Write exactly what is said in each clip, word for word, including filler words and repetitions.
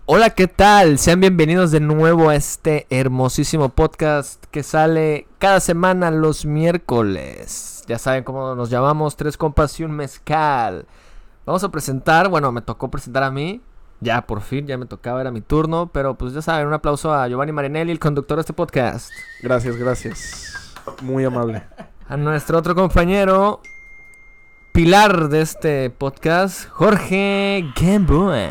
Hola, ¿qué tal? Sean bienvenidos de nuevo a este hermosísimo podcast que sale cada semana los miércoles. Ya saben cómo nos llamamos, tres compas y un mezcal. Vamos a presentar, bueno, me tocó presentar a mí. Ya, por fin, ya me tocaba, era mi turno. Pero pues ya saben, un aplauso a Giovanni Marinelli, el conductor de este podcast. Gracias, gracias. Muy amable. A nuestro otro compañero, pilar de este podcast, Jorge Gamboa.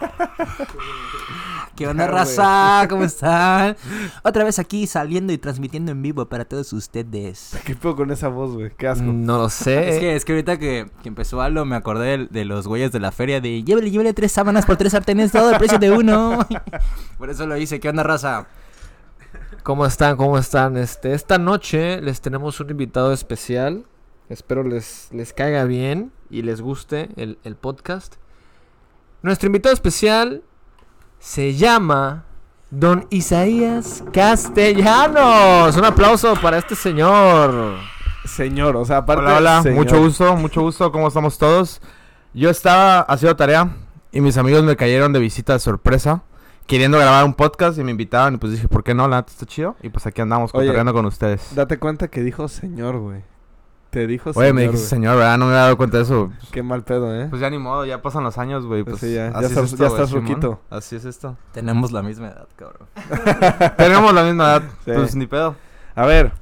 ¿Qué onda, raza? ¿Cómo están? Otra vez aquí saliendo y transmitiendo en vivo para todos ustedes. ¿Qué pedo con esa voz, güey? Qué asco. No lo sé. Es que, es que ahorita que, que empezó Aldo me acordé de, de los güeyes de la feria de llévele, llévele tres sábanas por tres sartenes, todo el precio de uno. Por eso lo hice. ¿Qué onda, raza? ¿Cómo están? ¿Cómo están? Este, esta noche les tenemos un invitado especial. Espero les, les caiga bien y les guste el, el podcast. Nuestro invitado especial se llama Don Isaías Castellanos. Un aplauso para este señor. Señor, o sea, aparte... Hola, hola, señor. mucho gusto, mucho gusto, ¿cómo estamos todos? Yo estaba haciendo tarea y mis amigos me cayeron de visita de sorpresa, queriendo grabar un podcast y me invitaban y pues dije, ¿por qué no? La neta está chido y pues aquí andamos Oye, cotorreando con ustedes. Date cuenta que dijo señor, güey. Te dijo Oye, señor, me dijiste güey. señor, ¿verdad? No me había dado cuenta de eso. Qué mal pedo, ¿eh? Pues ya ni modo, ya pasan los años, güey. Pues Pues sí, ya, ya así estás- es esto, ya güey, estás Simón. ruquito. Así es esto. Tenemos la misma edad, cabrón. Tenemos la misma edad, Sí. pues ni pedo. A ver.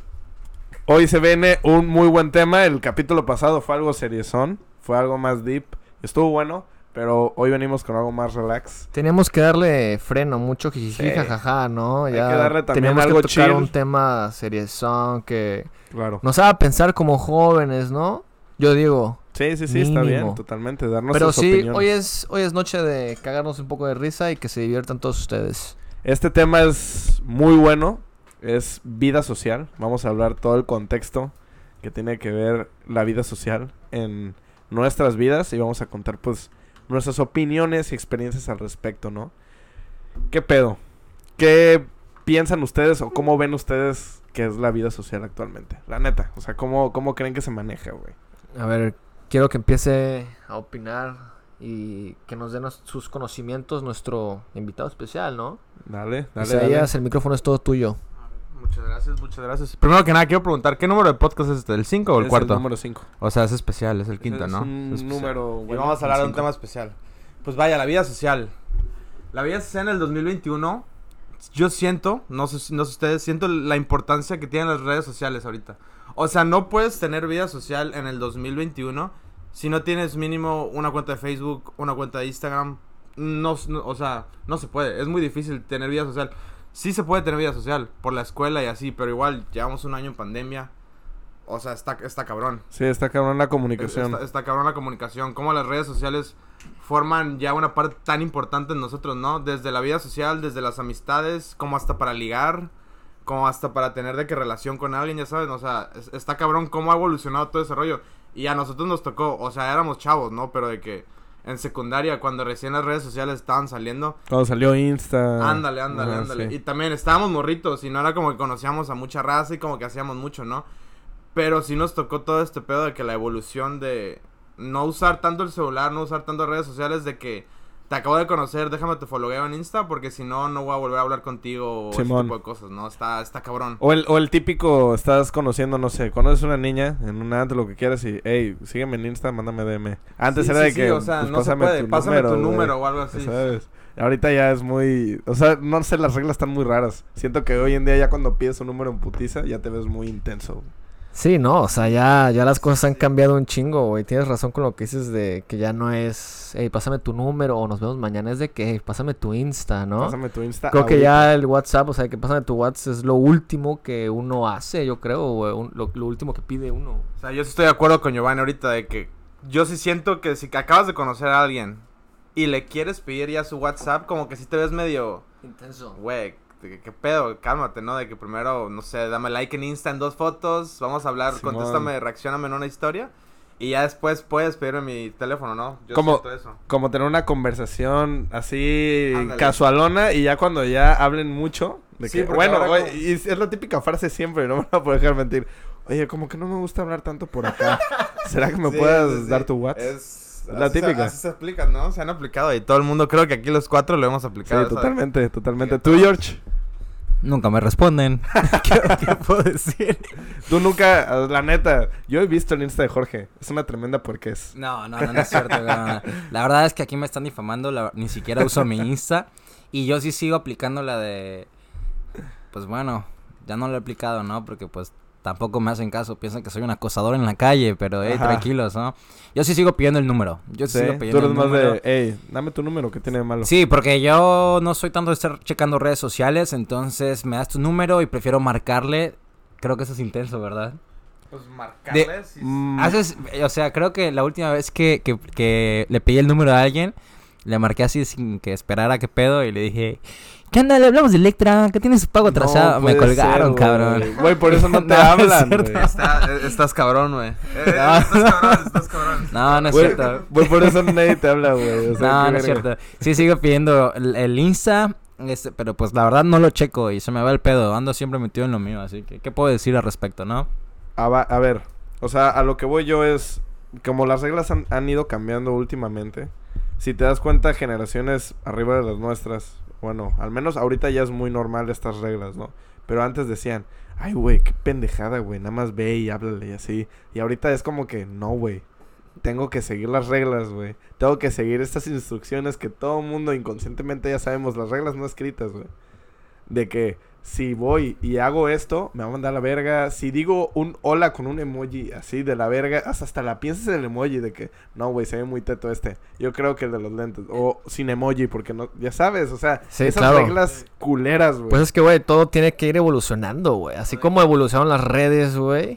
Hoy se viene un muy buen tema. El capítulo pasado fue algo seriezón. Fue algo más deep. Estuvo bueno. Pero hoy venimos con algo más relax. Teníamos que darle freno, mucho jijiji, Sí. jajaja, ¿no? Hay Ya que darle también teníamos algo que tocar chill. un tema seriezón que Claro. nos haga pensar como jóvenes, ¿no? Yo digo. Sí, sí, sí, está Mínimo. bien. Totalmente. Darnos Pero sus sí, opiniones. hoy es, hoy es noche de cagarnos un poco de risa y que se diviertan todos ustedes. Este tema es muy bueno. Es vida social. Vamos a hablar todo el contexto que tiene que ver la vida social en nuestras vidas. Y vamos a contar, pues, nuestras opiniones y experiencias al respecto, ¿no? ¿Qué pedo? ¿Qué piensan ustedes o cómo ven ustedes que es la vida social actualmente? La neta. O sea, ¿cómo, cómo creen que se maneja, güey? A ver, quiero que empiece a opinar y que nos den sus conocimientos nuestro invitado especial, ¿no? Dale, dale, Isaías, dale. el micrófono es todo tuyo. Muchas gracias, muchas gracias. Primero que nada, quiero preguntar, ¿qué número de podcast es este? ¿El cinco o el Es cuarto? el número cinco. O sea, es especial, es el quinto, es ¿no? un Es especial. número, Y bueno, vamos a hablar de un cinco. tema especial. Pues vaya, la vida social. La vida social en el dos mil veintiuno, yo siento, no sé, no sé ustedes, siento la importancia que tienen las redes sociales ahorita. O sea, no puedes tener vida social en el dos mil veintiuno si no tienes mínimo una cuenta de Facebook, una cuenta de Instagram. No, no, o sea, no se puede. Es muy difícil tener vida social. Sí se puede tener vida social por la escuela y así, pero igual llevamos un año en pandemia. O sea, está, está cabrón. Sí, está cabrón la comunicación. Está, está cabrón la comunicación. Cómo las redes sociales forman ya una parte tan importante en nosotros, ¿no? Desde la vida social, desde las amistades, como hasta para ligar, como hasta para tener de qué relación con alguien, ya saben. O sea, es- está cabrón cómo ha evolucionado todo ese rollo. Y a nosotros nos tocó, o sea, éramos chavos, ¿no? Pero de que en secundaria, cuando recién las redes sociales estaban saliendo, Cuando salió Insta. ándale, ándale, Ajá, ándale. sí. Y también estábamos morritos y no era como que conocíamos a mucha raza y como que hacíamos mucho, ¿no? Pero sí nos tocó todo este pedo de que la evolución de no usar tanto el celular, no usar tanto redes sociales, de que te acabo de conocer, déjame te followeo en Insta porque si no, no voy a volver a hablar contigo o ese Simón. tipo de cosas, ¿no? Está, está cabrón. O el, o el típico, estás conociendo, no sé, conoces una niña en un antro, lo que quieras y, hey, sígueme en Insta, mándame D M. Antes Sí, era sí, de sí, que, o sea, pues, no se pásame puede, tu pásame número, tu güey, número o algo así. ¿sabes? Ahorita ya es muy, o sea, no sé, las reglas están muy raras. Siento que hoy en día ya cuando pides un número en putiza, ya te ves muy intenso. Sí, no, o sea, ya, ya las cosas han cambiado un chingo, güey. Tienes razón con lo que dices de que ya no es, hey, pásame tu número o nos vemos mañana. Es de que, hey, pásame tu Insta, ¿no? Pásame tu Insta. Creo que ahorita. ya el WhatsApp, o sea, que pásame tu WhatsApp es lo último que uno hace, yo creo, güey. un- lo, lo último que pide uno. O sea, yo sí estoy de acuerdo con Giovanni ahorita de que yo sí siento que si acabas de conocer a alguien y le quieres pedir ya su WhatsApp, como que si te ves medio... Intenso. Güey, ¿qué, qué pedo? Cálmate, ¿no? De que primero, no sé, dame like en Insta en dos fotos, vamos a hablar, Simón. contéstame, reaccióname en una historia y ya después puedes pedirme mi teléfono, ¿no? Yo Como- siento eso. Como tener una conversación así Ándale. casualona y ya cuando ya hablen mucho, de Sí, que, porque bueno, ahora oye, como- y es es la típica frase siempre, no me la puedo dejar mentir. Oye, como que no me gusta hablar tanto por acá. ¿Será que me Sí, puedas sí, sí. dar tu WhatsApp? Es, es la así típica. Se, así se aplican, ¿no? Se han aplicado y todo el mundo, creo que aquí los cuatro lo hemos aplicado. Sí, ¿sabes? totalmente, totalmente. ¿Tú, George? Nunca me responden. ¿Qué, qué puedo decir? Tú nunca, la neta, yo he visto el Insta de Jorge. Es una tremenda porqués. No, no, no, no es cierto. No, no. La verdad es que aquí me están difamando. La, ni siquiera uso mi Insta. Y yo sí sigo aplicando la de... Pues bueno, ya no lo he aplicado, ¿no? Porque pues tampoco me hacen caso. Piensan que soy un acosador en la calle. Pero, hey, Ajá. tranquilos, ¿no? Yo sí sigo pidiendo el número. Yo sí, Sí, sigo tú pidiendo eres el más número. de, hey, dame tu número, ¿qué tiene de malo? Sí, porque yo no soy tanto de estar checando redes sociales. Entonces me das tu número y prefiero marcarle. Creo que eso es intenso, ¿verdad? Pues marcarles. y- Mm, Haces, o sea, creo que la última vez que, que, que le pedí el número a alguien, le marqué así sin que esperara qué pedo y le dije, ¿qué onda? Le hablamos de Electra, ¿qué tienes pago atrasado? no Me puede colgaron, ser, cabrón. güey. Güey, por eso no te No, es hablan, cierto. güey. Está- eh, estás cabrón, güey. Eh, No. Estás cabrón, estás cabrón. No, no es Güey, cierto. güey, por eso nadie te habla, güey. O sea, No, qué no es verga. cierto. Sí, sigo pidiendo el, el Insta, este, pero pues la verdad no lo checo y se me va el pedo. Ando siempre metido en lo mío, así que, ¿qué puedo decir al respecto, no? A, va- a ver, o sea, a lo que voy yo es, como las reglas han, han ido cambiando últimamente, si te das cuenta, generaciones arriba de las nuestras, bueno, al menos ahorita ya es muy normal estas reglas, ¿no? Pero antes decían, ay, güey, qué pendejada, güey, nada más ve y háblale y así. Y ahorita es como que, no, güey, tengo que seguir las reglas, güey. Tengo que seguir estas instrucciones que todo mundo inconscientemente ya sabemos, las reglas no escritas, güey. De que si voy y hago esto, me va a mandar a la verga. Si digo un hola con un emoji así de la verga, hasta, hasta la piensas en el emoji de que, no, güey, se ve muy teto este. Yo creo que el de los lentes. O sin emoji, porque no, ya sabes, o sea, Sí, esas claro. reglas culeras, güey. Pues es que, güey, todo tiene que ir evolucionando, güey. Así como evolucionaron las redes, güey.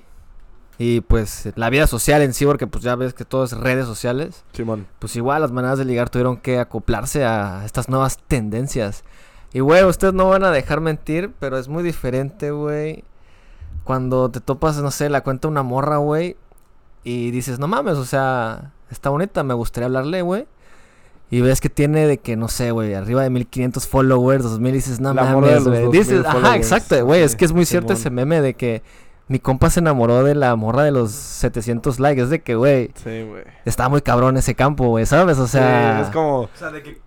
Y pues la vida social en sí, porque pues ya ves que todo es redes sociales. Simón. Pues igual las maneras de ligar tuvieron que acoplarse a estas nuevas tendencias. Y, güey, ustedes no van a dejar mentir, pero es muy diferente, güey. Cuando te topas, no sé, la cuenta de una morra, güey. Y dices, no mames, o sea, está bonita, me gustaría hablarle, güey. Y ves que tiene de que, no sé, güey, arriba de mil quinientos followers, dos mil, dices, no La morra de mames, los güey. dos mil Dices, ajá, followers. exacto, güey. Es que es muy cierto Simón. ese meme de que mi compa se enamoró de la morra de los setecientos likes. Es de que, güey, Sí, güey. está muy cabrón ese campo, güey, ¿sabes? O sea... Sí, es como... O sea, de que...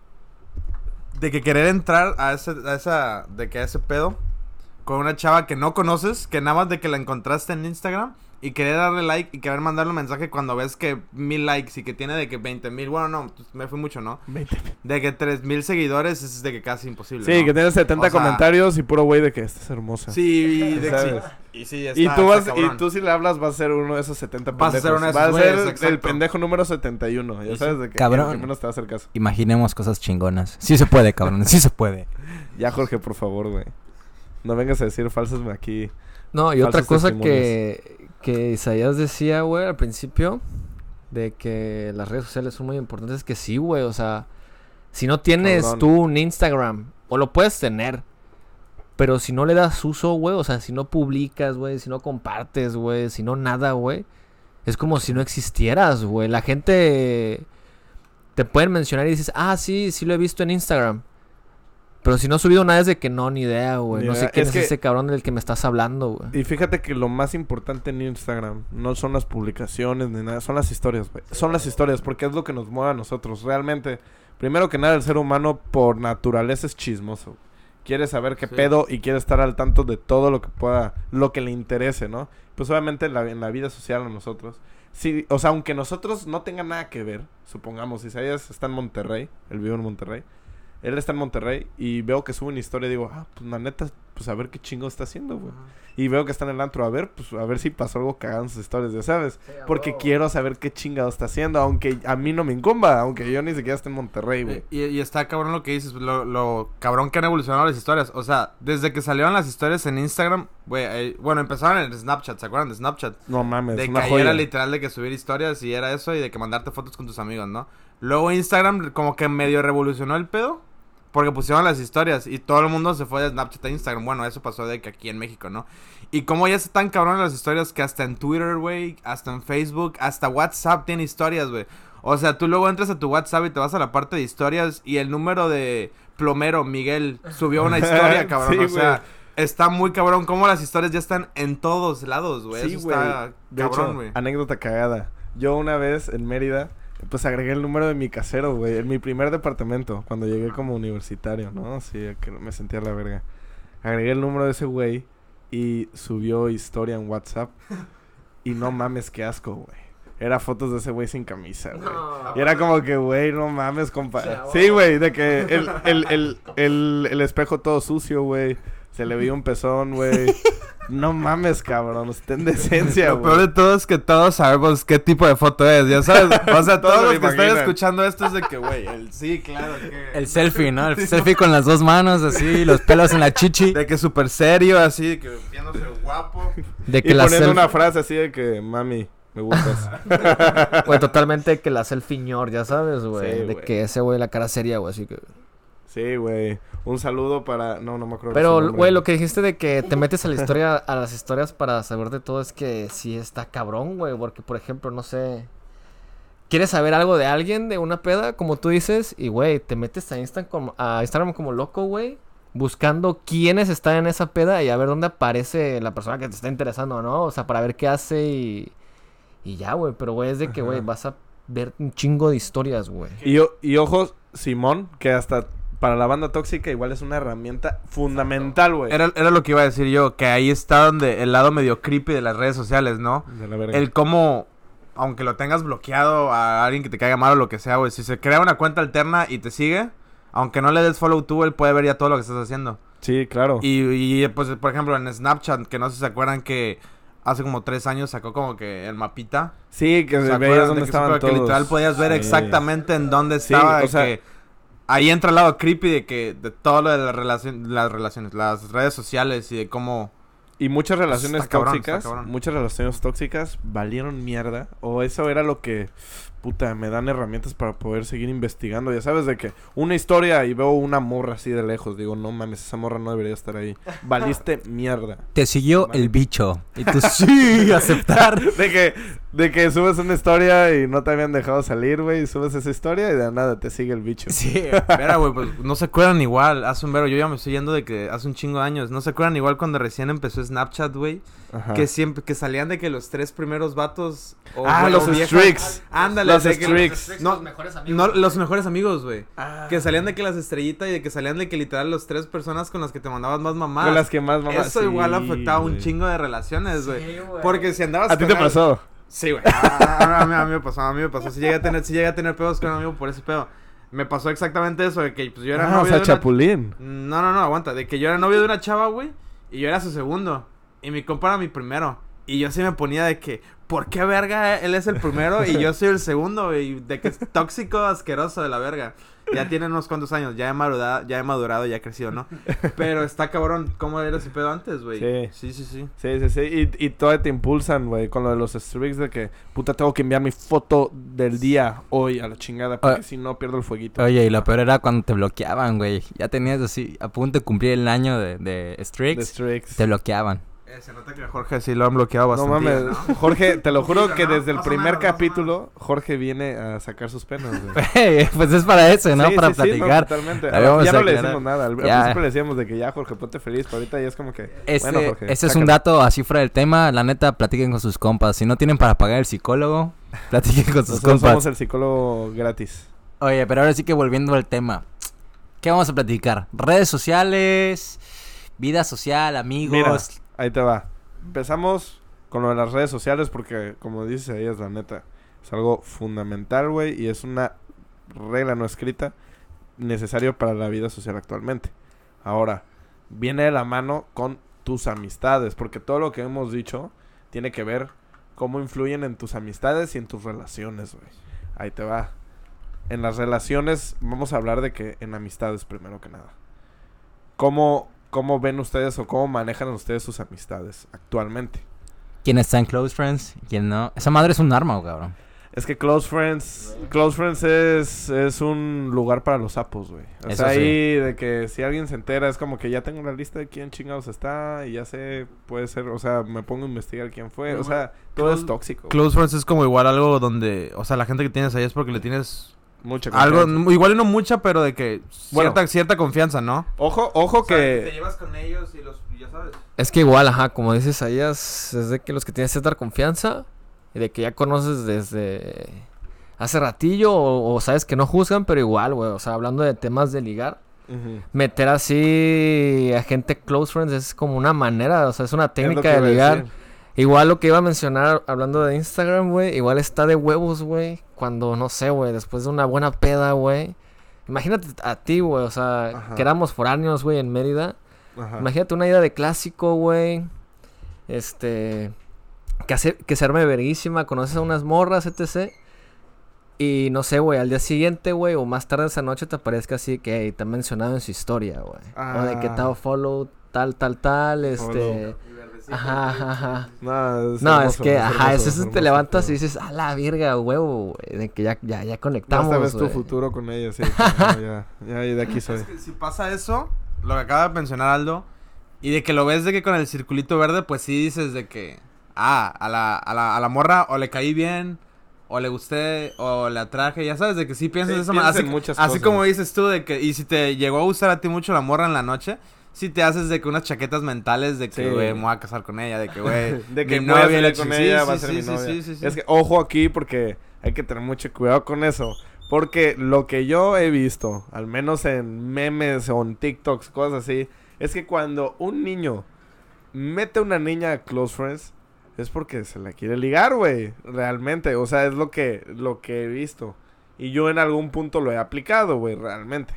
De que querer entrar a ese, a esa... De que a ese pedo... Con una chava que no conoces... Que nada más de que la encontraste en Instagram... Y querer darle like y querer mandarle un mensaje cuando ves que mil likes y que tiene de que veinte mil... Bueno, no, pues, me fui mucho, ¿no? De que tres mil seguidores es de que casi imposible, Sí, ¿no? que tienes setenta O sea, comentarios y puro güey de que esta es hermosa. Sí, de, ¿Sabes? sí. Y sí, está, Y tú vas, está y cabrón. tú si le hablas vas a ser uno de esos setenta Vas a pendejos. ser uno de esos Vas a güeyes, ser el exacto. pendejo número setenta y uno. Ya Y sabes sí. de que Cabrón. el que menos te va a hacer caso. Imaginemos cosas chingonas. Sí se puede, cabrón, sí se puede. Ya, Jorge, por favor, güey. No vengas a decir falsas aquí. No, y otra falsos cosa testimonios. que, que Isaías decía, güey, al principio, de que las redes sociales son muy importantes, es que sí, güey, o sea, si no tienes Cabrón. tú un Instagram, o lo puedes tener, pero si no le das uso, güey, o sea, si no publicas, güey, si no compartes, güey, si no nada, güey, es como si no existieras, güey. La gente te pueden mencionar y dices, ah, sí, sí lo he visto en Instagram. Pero si no he subido nada es de que no, ni idea, güey. Ni No idea. sé quién Es es, que- ese cabrón del que me estás hablando, güey. Y fíjate que lo más importante en Instagram no son las publicaciones ni nada, son las historias, güey. Son las historias porque es lo que nos mueve a nosotros. Realmente, primero que nada, el ser humano por naturaleza es chismoso. Quiere saber qué Sí. pedo y quiere estar al tanto de todo lo que pueda, lo que le interese, ¿no? Pues obviamente en la, en la vida social a nosotros. Sí, o sea, aunque nosotros no tengan nada que ver, supongamos, Isaías está en Monterrey, él vive en Monterrey. Él está en Monterrey y veo que sube una historia y digo, ah, pues la neta, pues a ver qué chingo está haciendo, güey. Y veo que está en el antro, a ver, pues a ver si pasó algo cagado en sus historias, ya sabes. Porque quiero saber qué chingado está haciendo, aunque a mí no me incumba, aunque yo ni siquiera esté en Monterrey, güey. Y, y está cabrón lo que dices, lo, lo cabrón que han evolucionado las historias. O sea, desde que salieron las historias en Instagram, güey, eh, bueno, empezaron en Snapchat, ¿se acuerdan de Snapchat? No mames, De una que ahí joya. era literal de que subir historias y era eso y de que mandarte fotos con tus amigos, ¿no? Luego Instagram como que medio revolucionó el pedo porque pusieron las historias y todo el mundo se fue de Snapchat a Instagram. Bueno, eso pasó de que aquí en México, ¿no? Y como ya están cabrones las historias que hasta en Twitter, güey, hasta en Facebook, hasta WhatsApp tiene historias, güey. O sea, tú luego entras a tu WhatsApp y te vas a la parte de historias y el número de plomero Miguel subió una historia, cabrón. Sí, o sea, güey. está muy cabrón como las historias ya están en todos lados, güey. Sí, Eso güey. está De cabrón, hecho, güey. anécdota cagada. Yo una vez en Mérida Pues agregué el número de mi casero, güey. En mi primer departamento, cuando llegué como universitario, ¿no? Sí, que me sentía la verga. Agregué el número de ese güey y subió historia en WhatsApp. Y no mames, qué asco, güey. Era fotos de ese güey sin camisa, güey. No. Y era como que, güey, no mames, compa. Sí, Sí, güey, de que el, el, el, el, el espejo todo sucio, güey. Se le veía un pezón, güey. No mames, cabrón. Ten decencia, Lo peor güey. de todo es que todos sabemos qué tipo de foto es, ya sabes. O sea, Todos todos lo los que están imaginan. escuchando esto es de que, güey, el sí, claro que... El selfie, ¿no? El selfie con las dos manos, así, los pelos en la chichi. De que súper serio, así, de que viéndose guapo. De que Y la poniendo selfie... una frase así de que, mami, me gustas. Güey, totalmente que la selfie ñor, ya sabes, güey. Sí, de güey. que ese güey la cara seria, güey, así que... Sí, güey. Un saludo para... No, no me acuerdo. su Pero, nombre. güey, lo que dijiste de que te metes a la historia, a las historias para saber de todo es que sí está cabrón, güey. Porque, por ejemplo, no sé... ¿Quieres saber algo de alguien, de una peda, como tú dices? Y, güey, te metes a Instagram como, a Instagram como loco, güey. Buscando quiénes están en esa peda y a ver dónde aparece la persona que te está interesando, ¿no? O sea, para ver qué hace y... Y ya, güey. Pero, güey, es de que, güey, Ajá. vas a ver un chingo de historias, güey. Y, o- y ojo, Simón, que hasta para la banda tóxica igual es una herramienta fundamental, güey. Era, era lo que iba a decir yo, que ahí está donde el lado medio creepy de las redes sociales, ¿no? De la verga. El cómo, aunque lo tengas bloqueado a alguien que te caiga mal o lo que sea, güey, si se crea una cuenta alterna y te sigue, aunque no le des follow tú, él puede ver ya todo lo que estás haciendo. Sí, claro. Y, y pues, por ejemplo, en Snapchat, que no sé si se acuerdan que hace como tres años sacó como que el mapita. Sí, que ¿Se veías acuerdan dónde de que, estaban supo todos. que literal podías ver Sí. exactamente en dónde Sí, estaba? o de sea- que ahí entra el lado creepy de que de todo lo de la relación, las relaciones, las redes sociales y de cómo... Y muchas relaciones Está cabrón, tóxicas, está cabrón. muchas relaciones tóxicas valieron mierda. O eso era lo que, puta, me dan herramientas para poder seguir investigando. Ya sabes, de que una historia y veo una morra así de lejos. Digo, no mames, esa morra no debería estar ahí. Valiste mierda. Te siguió Vale. el bicho. Y tú, sí, aceptar. De que, de que subes una historia y no te habían dejado salir, güey. Y subes esa historia y de nada te sigue el bicho. Sí. Mira, güey, pues no se acuerdan igual. Hace un vero, yo ya me estoy yendo de que hace un chingo de años. No se acuerdan igual cuando recién empezó Snapchat, güey. Ajá. Que siempre, que salían de que los tres primeros vatos. o- Ah, güey, los o viejas- streaks. Ándale, Los de que- streaks. No, los mejores no, los mejores amigos, güey. Ah. Que salían de que las estrellitas y de que salían de que literal los tres personas con las que te mandabas más mamadas. Con las que más mamás. Eso igual Sí, afectaba un güey. chingo de relaciones, güey. Sí, güey. Porque si andabas ¿A ti con te al- pasó? Sí, güey. A, a mí, a mí me pasó, a mí me pasó. Si llegué a tener, si llegué a tener pedos con un amigo por ese pedo. Me pasó exactamente eso, de que pues yo era Ah, o novio sea, de una... chapulín. No, no, no, aguanta. De que yo era novio de una chava, güey. Y yo era su segundo. Y mi compa era mi primero. Y yo sí me ponía de que, ¿por qué verga él es el primero y yo soy el segundo, güey? De que es tóxico, asqueroso de la verga. Ya tiene unos cuantos años, ya he madurado, ya he madurado, ya he crecido, ¿no? Pero está cabrón, ¿cómo era ese pedo antes, güey? Sí. Sí, sí, sí. Sí, sí, sí. Y, y todavía te impulsan, güey, con lo de los streaks de que, puta, tengo que enviar mi foto del día hoy a la chingada, porque Ah. si no pierdo el fueguito. Oye, y lo peor era cuando te bloqueaban, güey. Ya tenías así, a punto de cumplir el año de, de De streaks. streaks. Te bloqueaban. Eh, se nota que a Jorge sí lo han bloqueado No bastante. mames, Jorge, te lo juro Poquito, que ¿no? desde el Más o primer menos, más o capítulo, Jorge viene a sacar sus penas, güey. Pues es para eso, ¿no? Sí, para sí, sí, no, platicar. totalmente. A ver, vamos ya a no le aclarar. decimos nada. Al, al Ya. principio le decíamos de que ya, Jorge, ponte feliz. Pero ahorita ya es como que. Este, bueno, Jorge. este es un sácalo. dato así fuera del tema. La neta, platiquen con sus compas. Si no tienen para pagar el psicólogo, platiquen con sus Nosotros compas. somos el psicólogo gratis. Oye, pero ahora sí que volviendo al tema. ¿Qué vamos a platicar? Redes sociales, vida social, amigos. Mira, ahí te va. Empezamos con lo de las redes sociales porque, como dices ahí, es la neta. Es algo fundamental, güey. Y es una regla no escrita necesario para la vida social actualmente. Ahora, viene de la mano con tus amistades. Porque todo lo que hemos dicho tiene que ver cómo influyen en tus amistades y en tus relaciones, güey. Ahí te va. En las relaciones, vamos a hablar de que en amistades primero que nada. ¿Cómo, cómo ven ustedes o cómo manejan ustedes sus amistades actualmente? ¿Quién está en Close Friends? ¿Quién no? Esa madre es un arma, cabrón. Es que Close Friends, Close Friends es, es un lugar para los sapos, güey. O Eso sea, sí. ahí de que si alguien se entera es como que ya tengo la lista de quién chingados está y ya sé, puede ser, o sea, me pongo a investigar quién fue. O sea, todo es tóxico. güey. Close Friends es como igual algo donde, o sea, la gente que tienes ahí es porque le tienes Mucha algo, confianza. igual y no mucha, pero de que Bueno. cierta, cierta confianza, ¿no? Ojo, ojo que... llevas con ellos y los, ya sabes. Es que igual, ajá, como dices Ayas, es de que los que tienes que dar confianza y de que ya conoces desde hace ratillo o, o sabes que no juzgan, pero igual, güey, o sea, hablando de temas de ligar, Ujú. meter así a gente close friends es como una manera, o sea, es una Es lo técnica que iba de a ligar. decir. Igual lo que iba a mencionar hablando de Instagram, güey, igual está de huevos, güey, cuando, no sé, güey, después de una buena peda, güey. Imagínate a ti, güey, o sea, Ajá. que éramos foráneos, güey, en Mérida. Ajá. Imagínate una ida de clásico, güey. Este. Que, hace, que se arme verguísima, conoces a unas morras, etcétera. Y no sé, güey, al día siguiente, güey, o más tarde esa noche te aparezca así que hey, te han mencionado en su historia, güey. O de que Ah. te hago follow, tal, tal, tal, este. Follow. Ajá, ajá, ajá. No, es, No, hermoso, es que, es ajá, hermoso, es es eso te hermoso, levantas pero- y dices, a la virga, huevo, güey, de que ya, ya, ya conectamos, Ya sabes tu güey. futuro con ella, sí. como, ya, ya, de aquí soy. Es que si pasa eso, lo que acaba de mencionar Aldo, y de que lo ves de que con el circulito verde, pues sí dices de que, ah, a la, a la, a la morra o le caí bien, o le gusté, o la traje, ya sabes, de que sí piensas Sí, de esa piensas manera. Así, en muchas así cosas. como dices tú, de que, y si te llegó a gustar a ti mucho la morra en la noche, si te haces de que unas chaquetas mentales de que, Sí. güey, me voy a casar con ella, de que, güey, De que mi voy a novia, salir la con chi- ella, sí, va a sí, ser sí, mi sí, novia. sí, sí, sí. Es que, ojo aquí, porque hay que tener mucho cuidado con eso. Porque lo que yo he visto, al menos en memes o en TikToks, cosas así, es que cuando un niño mete a una niña a Close Friends, es porque se la quiere ligar, güey. Realmente, o sea, es lo que, lo que he visto. Y yo en algún punto lo he aplicado, güey, realmente.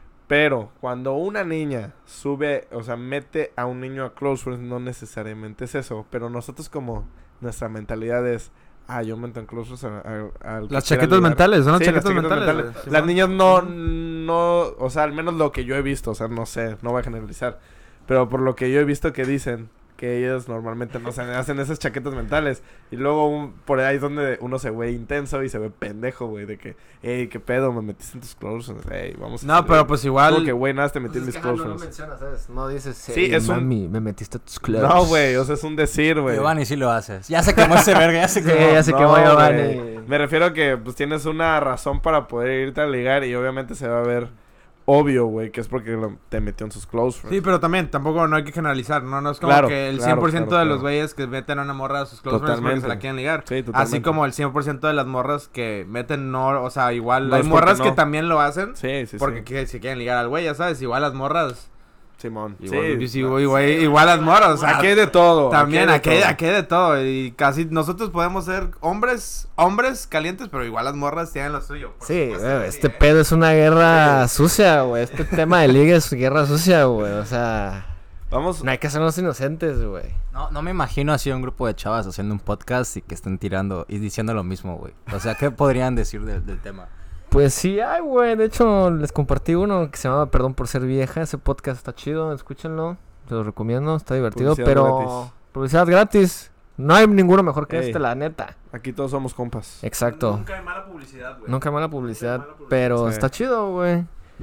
Pero cuando una niña sube, o sea, mete a un niño a Close Friends, no necesariamente es eso. Pero nosotros como nuestra mentalidad es, ah, yo meto en Close Friends a- a- al que Las quiera chaquetas ligar. mentales, son las Sí, chaquetas mentales. güey. Las Simón. niñas no, no, o sea, al menos lo que yo he visto, o sea, no sé, no voy a generalizar. Pero por lo que yo he visto que dicen que ellas normalmente no se hacen esas chaquetas mentales. Y luego un- por ahí es donde uno se ve intenso y se ve pendejo, güey. De que, hey, qué pedo, me metiste en tus close friends. Hey, vamos a No, salir". pero pues igual... Como que, güey, nada, te metí Pues en es mis que, ajá, close no lo friends. mencionas, ¿sabes? No dices, Sí, "Hey, es un- mami, me metiste a tus close". No, güey, o sea, es un decir, güey. Giovanni, sí lo haces. Ya se quemó ese verga, ya se Sí, quemó. ya se No, quemó güey. Giovanni. Me refiero a que, pues, tienes una razón para poder irte a ligar y obviamente se va a ver obvio, güey, que es porque lo- te metió en sus close friends. Sí, pero también tampoco no hay que generalizar, ¿no? No es como Claro, que el claro, cien por ciento claro, de los claro. güeyes que meten a una morra a sus close friends porque Totalmente. se la quieren ligar. Sí, totalmente. Así como el cien por ciento de las morras que meten no, o sea, igual No hay es porque morras no. que también lo hacen Sí, sí, porque sí. que se quieren ligar al güey, ya sabes, igual las morras. Simón. Igual, sí. sí, igual, igual, igual las morras, o sea, Aquí hay de todo. también aquí aquí, hay de todo. aquí hay de todo y casi nosotros podemos ser hombres, hombres calientes, pero igual las morras tienen lo suyo. por Sí, supuesto güey, que este sí, ¿eh? pedo es una guerra sucia, güey. Este tema de liga es guerra sucia, güey. O sea, Vamos. no hay que hacernos inocentes, güey. No, no me imagino así un grupo de chavas haciendo un podcast y que estén tirando y diciendo lo mismo, güey. O sea, ¿qué podrían decir del, del tema? Pues sí, ay, güey. De hecho, les compartí uno que se llama Perdón por ser vieja. Ese podcast está chido, escúchenlo. Se los recomiendo, está divertido, Publicidad pero... gratis. Publicidad gratis. No hay ninguno mejor que Ey. este, la neta. Aquí todos somos compas. Exacto. Nunca hay mala publicidad, güey. Nunca mala publicidad, pero Sí. está chido, güey.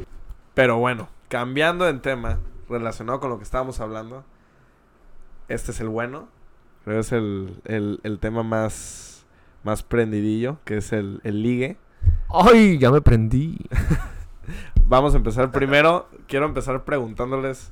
Pero bueno, cambiando de tema, relacionado con lo que estábamos hablando, este es el bueno. Creo que es el, el, el tema más, más prendidillo, que es el, el ligue. Ay, ya me prendí. Vamos a empezar primero. Quiero empezar preguntándoles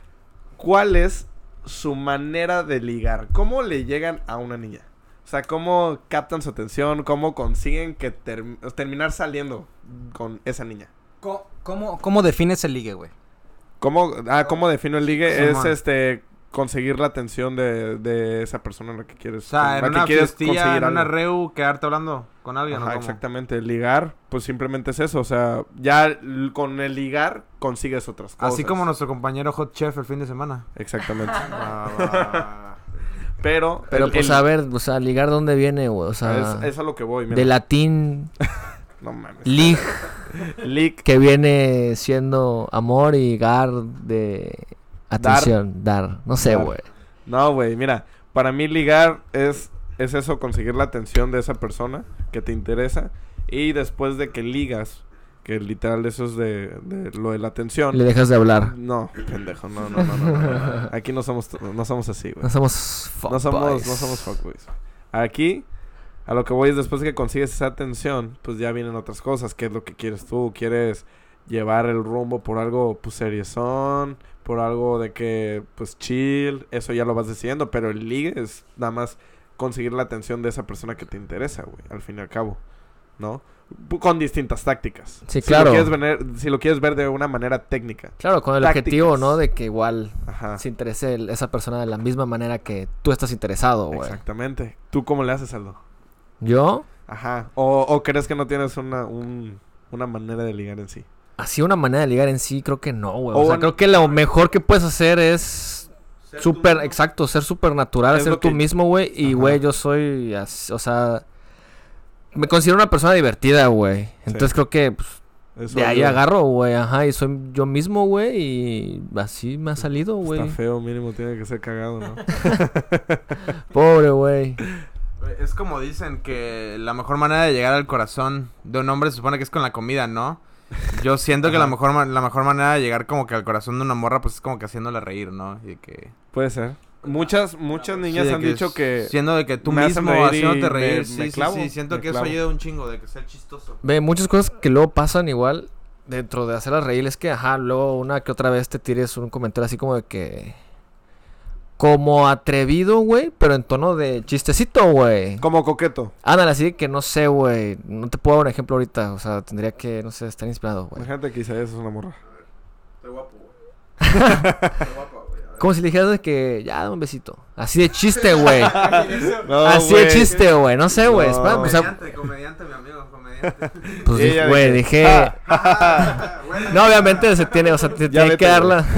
cuál es su manera de ligar. ¿Cómo le llegan a una niña? O sea, ¿cómo captan su atención? ¿Cómo consiguen que term- terminar saliendo con esa niña? ¿Cómo, cómo, cómo defines el ligue, güey? ¿Cómo, ah, ¿cómo defino el ligue? Sí, es man. este conseguir la atención de, de esa persona en la que quieres. O sea, en la que una quieres fiestilla, en conseguir una algo. reu, quedarte hablando con alguien, Ajá, ¿no? ¿Cómo? exactamente. Ligar, pues simplemente es eso. O sea, ya l- con el ligar consigues otras cosas. Así como nuestro compañero Hot Chef el fin de semana. Exactamente. Va, va, va, va. Pero, Pero el- pues el- a ver, o sea, ligar dónde viene, güey. O sea, es, es a lo que voy. Mira. de latín, No mames. lig, Lig. que viene siendo amor y gar de atención, dar. No sé, Dar. güey. No, güey, mira, para mí ligar es, es eso, conseguir la atención de esa persona que te interesa. Y después de que ligas, que literal eso es de, de lo de la atención. Le dejas de hablar. No, pendejo, no, no, no, no, no, no. Aquí no somos, no somos así, güey. No somos No somos, fuckboys. no somos fuckboys. Aquí, a lo que voy es después de que consigues esa atención, pues ya vienen otras cosas. ¿Qué es lo que quieres tú? ¿Quieres llevar el rumbo por algo, pues, seriezón? Por algo de que, pues, chill. Eso ya lo vas decidiendo. Pero el ligue es nada más conseguir la atención de esa persona que te interesa, güey. Al fin y al cabo. ¿no? P- Con distintas tácticas. Sí, si claro. Lo quieres ver, si lo quieres ver de una manera técnica. Claro, con el Tácticas. objetivo, ¿no? De que igual Ajá. se interese el- esa persona de la misma manera que tú estás interesado, güey. Exactamente. ¿Tú cómo le haces, Aldo? ¿Yo? Ajá. ¿O, o crees que no tienes una, un, una manera de ligar en sí? Así una manera de ligar en sí, creo que no, güey. O O sea, en- creo que lo mejor que puedes hacer es súper, exacto, ser súper natural, Es ser lo tú que- mismo, güey. Y, Ajá. güey, yo soy, as- o sea, me considero una persona divertida, güey. Entonces Sí. creo que pues, Eso de ahí ayuda. agarro, güey, ajá. Y soy yo mismo, güey. Y así me ha salido, güey. Está feo, mínimo tiene que ser cagado, ¿no? Pobre, güey. Es como dicen que la mejor manera de llegar al corazón de un hombre se supone que es con la comida, ¿no? Yo siento que la Ajá. mejor ma- la mejor manera de llegar como que al corazón de una morra pues es como que haciéndole reír, ¿no? Y que Puede ser. Muchas, muchas niñas sí, de han que dicho es- que... siendo de que tú me hacen mismo reír y haciéndote me- reír, me sí, sí, clavo, sí, siento me que clavo. eso ayuda un chingo de que ser chistoso. Ve, muchas cosas que luego pasan igual dentro de hacerlas reír. Es que, ajá, luego una que otra vez te tires un comentario así como de que... Como atrevido, güey, pero en tono de chistecito, güey. Como coqueto. Ándale, así que no sé, güey. No te puedo dar un ejemplo ahorita. O sea, tendría que, no sé, estar inspirado, güey. Imagínate que Isaías es una morra. Estoy guapo, güey. Estoy guapo, güey. Como si le dijeras de que, ya, dame un besito. Así de chiste, güey. No, Así güey. de chiste, güey. No sé, güey. No. Espera, o sea, Comediante, comediante, mi amigo, comediante. pues, Ella di- güey, dije, dije... "Ah". No, obviamente se tiene, o sea, te Ya tiene vete, que dar la...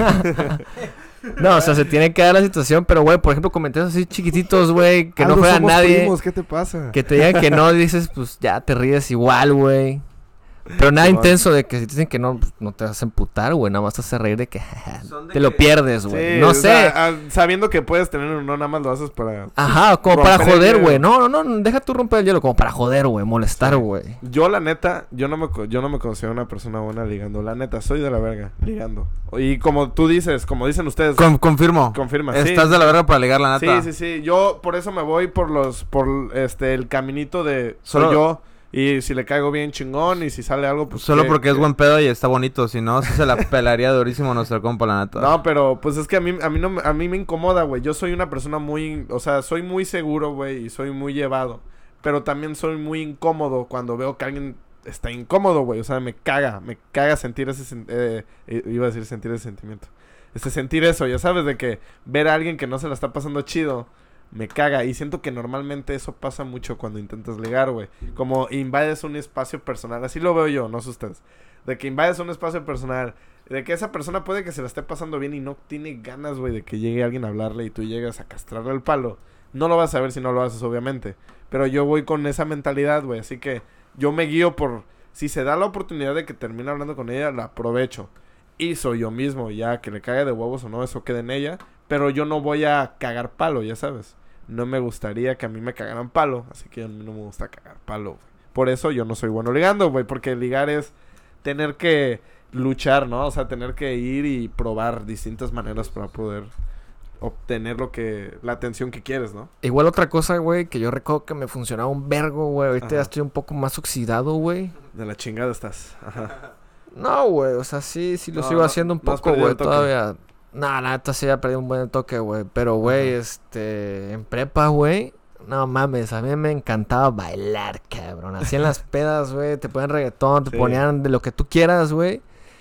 No, o sea, se tiene que dar la situación, pero, güey, por ejemplo, comentarios así chiquititos, güey, que no Aldo, fuera somos nadie, primos, ¿qué te pasa? que te digan que no, dices, pues, ya te ríes igual, güey. Pero nada Igual. intenso de que si te dicen que no, pues, no te vas a emputar, güey, nada más te hace reír de que Son de te lo que- pierdes, güey. Sí, No o sé. sea, ah, sabiendo que puedes tener uno, nada más lo haces para... Ajá, como para romper el joder, hielo. güey. No, no, no, deja tú romper el hielo, como para joder, güey, molestar, Sí. güey. Yo, la neta, yo no, me, co- yo no me considero una persona buena ligando. La neta, soy de la verga, ligando. Y como tú dices, como dicen ustedes, Con- confirmo. confirma. sí. Estás de la verga para ligar la Sí, nata. sí, sí. Yo por eso me voy por los, por este, el caminito de soy Solo- yo. Y si le caigo bien chingón y si sale algo, pues... Solo qué- porque es qué- buen pedo y está bonito, si no, sí se la pelaría durísimo nuestro compa, la neta. No, pero pues es que a mí, a mí, no, me- a mí me incomoda, güey. Yo soy una persona muy... O sea, soy muy seguro, güey, y soy muy llevado. Pero también soy muy incómodo cuando veo que alguien está incómodo, güey. O sea, me caga, me caga sentir ese... sen- Eh, eh, iba a decir sentir ese sentimiento. Este, sentir eso, ya sabes, de que ver a alguien que no se la está pasando chido... Me caga. Y siento que normalmente eso pasa mucho cuando intentas ligar, güey. Como invades un espacio personal. Así lo veo yo, no sé ustedes. De que invades un espacio personal. De que esa persona puede que se la esté pasando bien y no tiene ganas, güey, de que llegue alguien a hablarle y tú llegas a castrarle el palo. No lo vas a ver si no lo haces, obviamente. Pero yo voy con esa mentalidad, güey. Así que yo me guío por... Si se da la oportunidad de que termine hablando con ella, la aprovecho. Y soy yo mismo, ya que le caiga de huevos o no, eso queda en ella. Pero yo no voy a cagar palo, ya sabes. No me gustaría que a mí me cagaran palo. Así que a mí no me gusta cagar palo, güey. Por eso yo no soy bueno ligando, güey. Porque ligar es tener que luchar, ¿no? O sea, tener que ir y probar distintas maneras para poder obtener lo que... La atención que quieres, ¿no? Igual otra cosa, güey, que yo recuerdo que me funcionaba un vergo, güey. Ahorita Ajá. ya estoy un poco más oxidado, güey. De la chingada estás. Ajá. No, güey, o sea, sí, sí lo No, sigo no, haciendo un no has poco, perdido güey, el toque. todavía. No, la neta sí ya perdí un buen toque, güey. Pero, güey, Ajá. este, en prepa, güey, no mames, a mí me encantaba bailar, cabrón. Así en las pedas, güey, te ponían reggaetón, te Sí. ponían de lo que tú quieras, güey.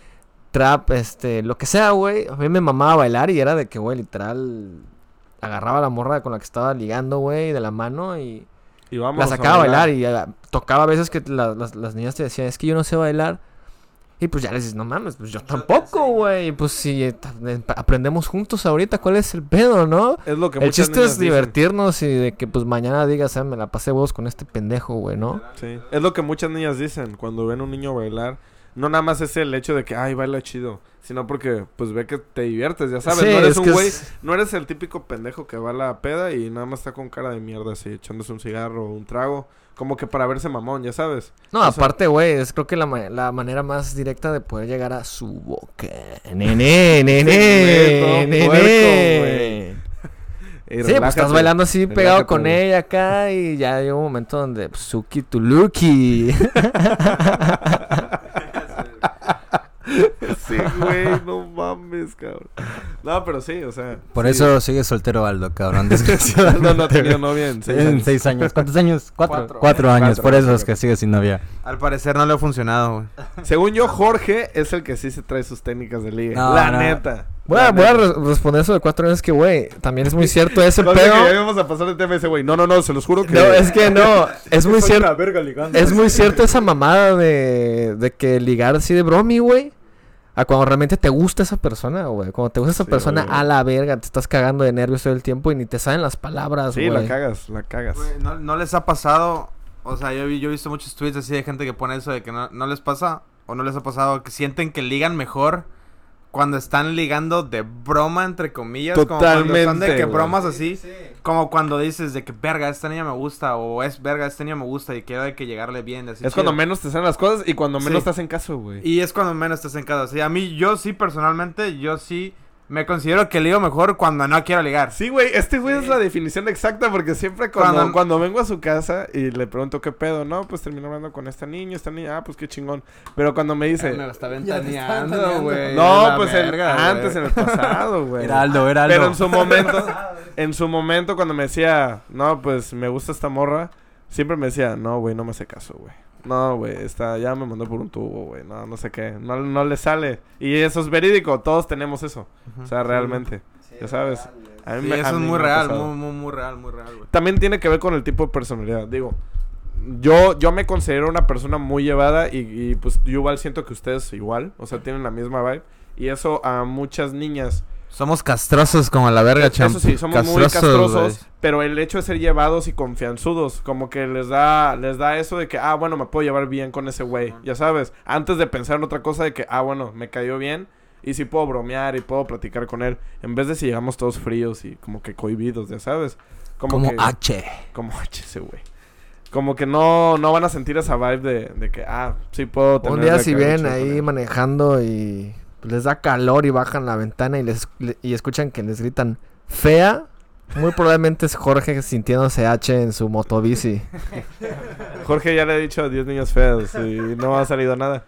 Trap, este, lo que sea, güey. A mí me mamaba bailar y era de que, güey, literal, agarraba a la morra con la que estaba ligando, güey, de la mano y... Y vamos la sacaba a bailar y eh, tocaba a veces que la- las, las niñas te decían, es que yo no sé bailar. Y pues ya les dices, no mames, pues yo tampoco, güey. Y pues si eh, ta- eh, aprendemos juntos ahorita, ¿cuál es el pedo, no? Es lo que El muchas chiste niñas es dicen. divertirnos y de que pues mañana digas, ah, me la pasé vos con este pendejo, güey, ¿no? Sí. Es lo que muchas niñas dicen cuando ven a un niño bailar. No nada más es el hecho de que, ay, baila chido. Sino porque, pues, ve que te diviertes, ya sabes. Sí, no eres es un que güey... es- No eres el típico pendejo que va a la peda y nada más está con cara de mierda así, echándose un cigarro o un trago. Como que para verse mamón, ya sabes. No, O sea, aparte, güey, es creo que la, ma- la manera más directa de poder llegar a su boca. Nene, nene, Qué nene. puerco, güey. Sí, y pues relájate, estás bailando así pegado relájate, con güey. ella acá y ya llega un momento donde pues, Suki tu Luki. Sí, güey, no mames, cabrón. No, pero sí, o sea. Por sí. eso sigue soltero Aldo, cabrón. Desgraciado. No, no ha tenido novia en seis En años. seis años. ¿Cuántos años? Cuatro. Cuatro. Cuatro años. Cuatro, Por eso cuatro. es que sigue sin novia. Al parecer no le ha funcionado, güey. Según yo, Jorge es el que sí se trae sus técnicas de ligue. No, la no. neta. Voy a, La voy a neta. re- responder eso de cuatro años que, güey, también es muy cierto ese No sé que ya pedo. íbamos a pasar de tema ese güey. No, no, no, se los juro que. No, es que no, es muy Soy cierto. una verga ligando. Es muy cierto esa mamada de, de que ligar así de bromi, güey. A cuando realmente te gusta esa persona, güey. Cuando te gusta esa Sí, persona, güey. a la verga, te estás cagando de nervios todo el tiempo y ni te salen las palabras, Sí, güey. la cagas, la cagas. Güey, ¿no, no les ha pasado? O sea, yo, vi- yo he visto muchos tweets así de gente que pone eso de que no, no les pasa o no les ha pasado que sienten que ligan mejor cuando están ligando de broma, entre comillas. Como cuando son de Totalmente, que güey. bromas así. Como cuando dices de que, verga, esta niña me gusta. O es, verga, esta niña me gusta y quiero de que llegarle bien. Así Es chido. cuando menos te salen las cosas y cuando menos Sí. te hacen caso, güey. Y es cuando menos estás en casa. O sea, a mí, yo sí, personalmente, yo sí me considero que ligo mejor cuando no quiero ligar. Sí, güey, este güey es la definición exacta porque siempre cuando, Cuando- cuando vengo a su casa y le pregunto qué pedo, no, pues termino hablando con esta niña, esta niña, ah, pues qué chingón. Pero cuando me dice, Me lo está Ya te está ventaneando, ventaneando. güey. no, La pues en- verga, güey. antes en el pasado, güey. Era Aldo, era Aldo. Pero en su momento, en su momento cuando me decía, no, pues me gusta esta morra, siempre me decía, no, güey, no me hace caso, güey. No, güey, está, ya me mandó por un tubo, güey, no, no sé qué, no, no le sale. Y eso es verídico, todos tenemos eso, o sea, realmente, ya sabes. A mí Sí, me- a eso es mí muy me ha real, pasado. muy, muy, muy real, muy real, güey. También tiene que ver con el tipo de personalidad. Digo, yo, yo me considero una persona muy llevada y, y, pues yo igual siento que ustedes igual, o sea, tienen la misma vibe. Y eso a muchas niñas, Somos castrosos como la verga, champ. eso sí, somos muy castrosos, pero el hecho de ser llevados y confianzudos, como que les da, les da eso de que, ah, bueno, me puedo llevar bien con ese güey, ya sabes, antes de pensar en otra cosa de que, ah, bueno, me cayó bien. Y sí puedo bromear y puedo platicar con él. En vez de si llegamos todos fríos y como que cohibidos, ya sabes. Como que- H. Como H ese güey. Como que no, no van a sentir esa vibe de, de que, ah, sí puedo tener... Un día la si cara ven chida con ahí él. manejando y les da calor y bajan la ventana y les le- y escuchan que les gritan fea, muy probablemente es Jorge sintiéndose H en su motobici. Jorge ya le he dicho diez niños feos y no ha salido nada.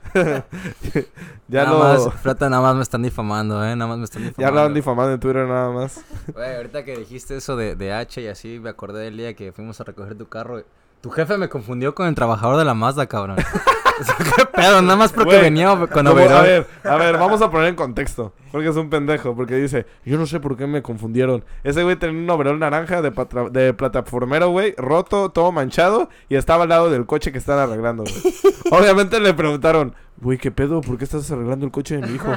ya nada lo... más, Plata, nada más me están difamando, eh. Nada más me están difamando. Ya lo han difamado en Twitter nada más. Güey, ahorita que dijiste eso de, de H y así, me acordé del día que fuimos a recoger tu carro. Tu jefe me confundió con el trabajador de la Mazda, cabrón. O sea, ¿qué pedo? Nada más porque Güey, venía con Como- a overol. ver, a ver, vamos a poner en contexto. Porque es un pendejo. Porque dice, yo no sé por qué me confundieron. Ese güey tenía un overol naranja de, patra- de plataformero, güey, roto, todo manchado. Y estaba al lado del coche que están arreglando, güey. Obviamente le preguntaron, güey, ¿qué pedo? ¿Por qué estás arreglando el coche de mi hijo?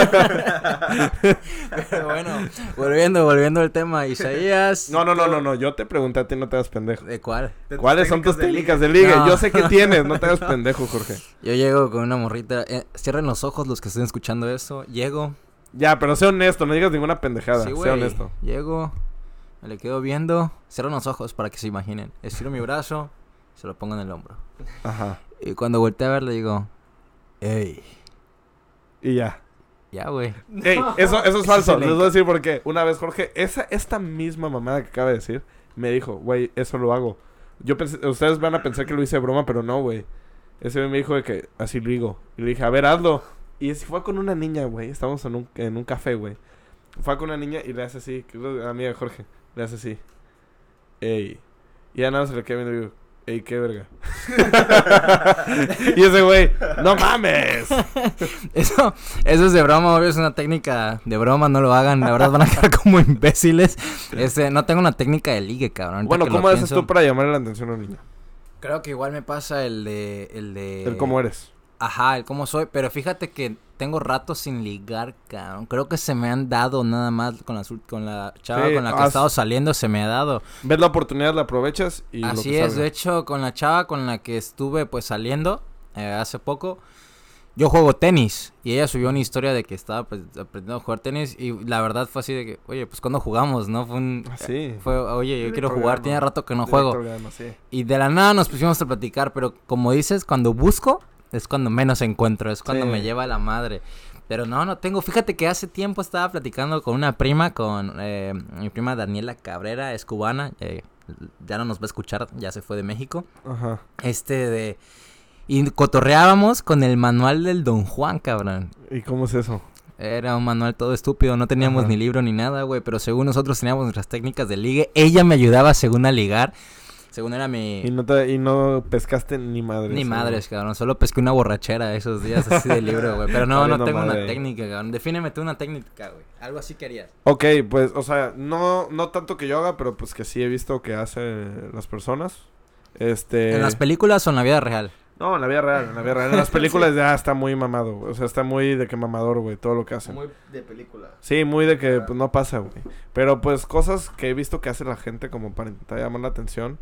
Pero bueno, volviendo, volviendo al tema. Isaías. No, no, no, no, no. Yo te pregunté a ti, no te hagas pendejo. ¿De cuál? ¿Cuáles son tus técnicas de ligue? No. Yo sé que tienes, no te hagas pendejo, Jorge. Yo llego con una morrita. Eh, cierren los ojos los que estén escuchando eso. Llego. Ya, pero sé honesto, no digas ninguna pendejada. Sí, sé güey. honesto. Llego. Me le quedo viendo. Cierro los ojos para que se imaginen. Estiro mi brazo. Se lo pongo en el hombro. Ajá. Y cuando volteé a ver le digo, ey, Y ya. ya, güey. Ey, eso, eso es falso. se le Les voy a decir por qué. Una vez, Jorge, esa, esta misma mamada que acaba de decir, me dijo, güey, eso lo hago. Yo pensé, ustedes van a pensar que lo hice de broma, pero no, güey. Ese güey me dijo de que así lo digo. Y le dije, a ver, hazlo. Y si fue con una niña, güey. Estábamos en un, en un café, güey. Fue con una niña y le hace así. Que es la amiga de Jorge. Le hace así. Ey. Y ya nada más se le queda viendo y digo, ey, qué verga. Y ese güey, no mames. Eso, eso es de broma, obvio, es una técnica de broma, no lo hagan, la verdad van a quedar como imbéciles. Este, no tengo una técnica de ligue, cabrón. ahorita Bueno, que lo ¿cómo haces pienso. tú para llamarle la atención a un niño? Creo que igual me pasa el de, el de... El cómo eres. Ajá, el cómo soy, pero fíjate que tengo rato sin ligar, cabrón. Creo que se me han dado nada más con la, sul- con la chava Sí, con la que he has- estado saliendo, se me ha dado. Ves la oportunidad, la aprovechas y lo Así que es, salga. de hecho, con la chava con la que estuve pues saliendo eh, hace poco, yo juego tenis y ella subió una historia de que estaba pues, aprendiendo a jugar tenis y la verdad fue así de que, oye, pues cuando jugamos, ¿no? Fue un... Ah, sí. Fue, oye, yo Directo quiero al jugar, grano. tiene rato que no Directo juego. al grano, sí. Y de la nada nos pusimos a platicar, pero como dices, cuando busco es cuando menos encuentro, es cuando Sí. me lleva la madre. Pero no, no tengo. Fíjate que hace tiempo estaba platicando con una prima, con eh, mi prima Daniela Cabrera, es cubana, eh, ya no nos va a escuchar, ya se fue de México. Ajá. Este de... Y cotorreábamos con el manual del Don Juan, cabrón. ¿Y cómo es eso? Era un manual todo estúpido, no teníamos Ajá. ni libro ni nada, güey. Pero según nosotros teníamos nuestras técnicas de ligue. Ella me ayudaba según a ligar. Según era mi... Y no, te, y no pescaste ni madres. Ni ¿no? madres, cabrón. Solo pesqué una borrachera esos días así de libro, güey. Pero no, no Valiendo tengo madre. una técnica, cabrón. Defíneme tú una técnica, güey. Algo así querías. Ok, pues, o sea, no, no tanto que yo haga, pero pues que sí he visto que hacen las personas. Este... ¿En las películas o en la vida real? No, en la vida real, en la vida real. En las películas ya está muy mamado, güey. O sea, está muy de que mamador, güey, todo lo que hacen. Muy de película. Sí, muy de que pues no pasa, güey. Pero pues cosas que he visto que hace la gente como para intentar llamar la atención.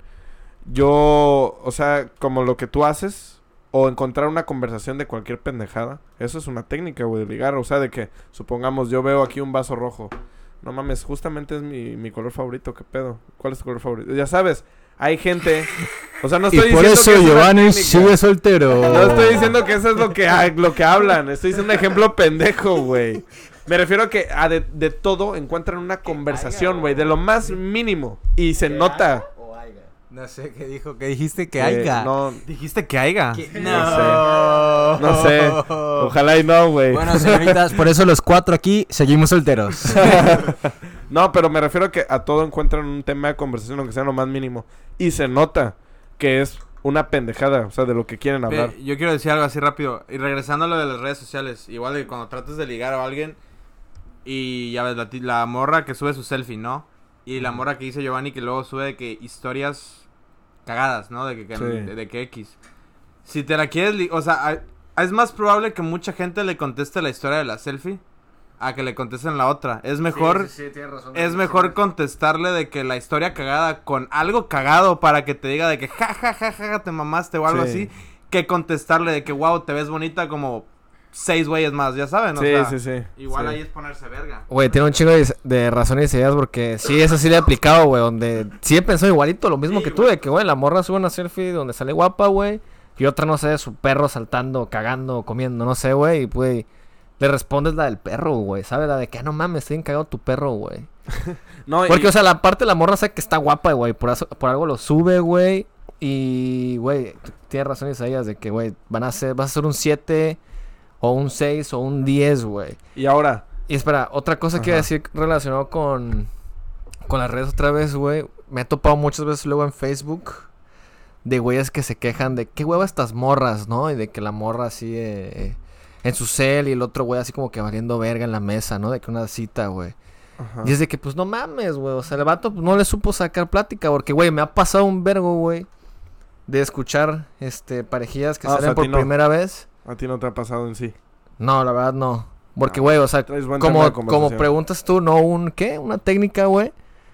Yo, o sea, como lo que tú haces, o encontrar una conversación de cualquier pendejada. Eso es una técnica, güey, de ligar. O sea, de que, supongamos, yo veo aquí un vaso rojo. No mames, justamente es mi, mi color favorito, ¿qué pedo? ¿Cuál es tu color favorito? Ya sabes, hay gente... O sea, no estoy y por diciendo eso que es una Giovanni técnica. sigue soltero. No estoy diciendo que eso es lo que, ha- lo que hablan. Estoy diciendo un ejemplo pendejo, güey. Me refiero a que a de, de todo encuentran una conversación, güey. De lo más mínimo. Y se nota. No sé qué dijo, ¿qué dijiste que eh, haya? No, Dijiste que haya. No. no sé. Ojalá y no, güey. Bueno, señoritas, por eso los cuatro aquí seguimos solteros. No, pero me refiero a que a todo encuentran un tema de conversación, aunque sea lo más mínimo. Y se nota que es una pendejada, o sea, de lo que quieren hablar. Ve, yo quiero decir algo así rápido. Y regresando a lo de las redes sociales. Igual de cuando trates de ligar a alguien. Y ya ves, la, ti- la morra que sube su selfie, ¿no? Y la morra que dice Giovanni que luego sube de que historias cagadas, ¿no? De que, que Sí. de, de que X. Si te la quieres, li- o sea, a- es más probable que mucha gente le conteste la historia de la selfie a que le contesten la otra. Es mejor, Sí, sí, sí, tienes razón. es mejor contestarle de que la historia cagada con algo cagado para que te diga de que ja, ja, ja, ja, te mamaste o algo Sí. así, que contestarle de que wow, te ves bonita como seis güeyes más, ya saben, o Sí, sea, sí, sí. igual Sí. ahí es ponerse verga. Güey, tiene un chingo de, de razones y ideas porque sí, eso sí le he aplicado, güey, donde sí he pensado igualito, lo mismo Sí, que tú, güey. de que, güey, la morra sube una selfie donde sale guapa, güey, y otra, no sé, su perro saltando, cagando, comiendo, no sé, güey, y, güey, le respondes la del perro, güey, ¿sabes? La de que, ah, no mames, estoy bien cagado tu perro, güey. No, Porque, y- o sea, la parte de la morra sabe que está guapa, güey, por, eso- por algo lo sube, güey, y, güey, tienes razón Isaías de que, güey, van a ser, vas a ser un siete o un seis o un diez, güey. y ahora, Y espera, otra cosa que iba a Ajá. decir relacionado con, con las redes otra vez, güey. Me he topado muchas veces luego en Facebook de güeyes que se quejan de qué hueva estas morras, ¿no? Y de que la morra así eh, en su cel y el otro güey así como que valiendo verga en la mesa, ¿no? De que una cita, güey. ajá. Y es de que, pues, no mames, güey. O sea, el vato pues, no le supo sacar plática porque, güey, me ha pasado un vergo, güey, de escuchar, este, parejillas que Ah, o salen sea, a por ti no. primera vez. A ti no te ha pasado en sí. No, la verdad no. Porque, Ah, güey, o sea, traes buen tema como, de como conversación. preguntas tú, ¿no? Un, ¿qué? Una técnica, güey.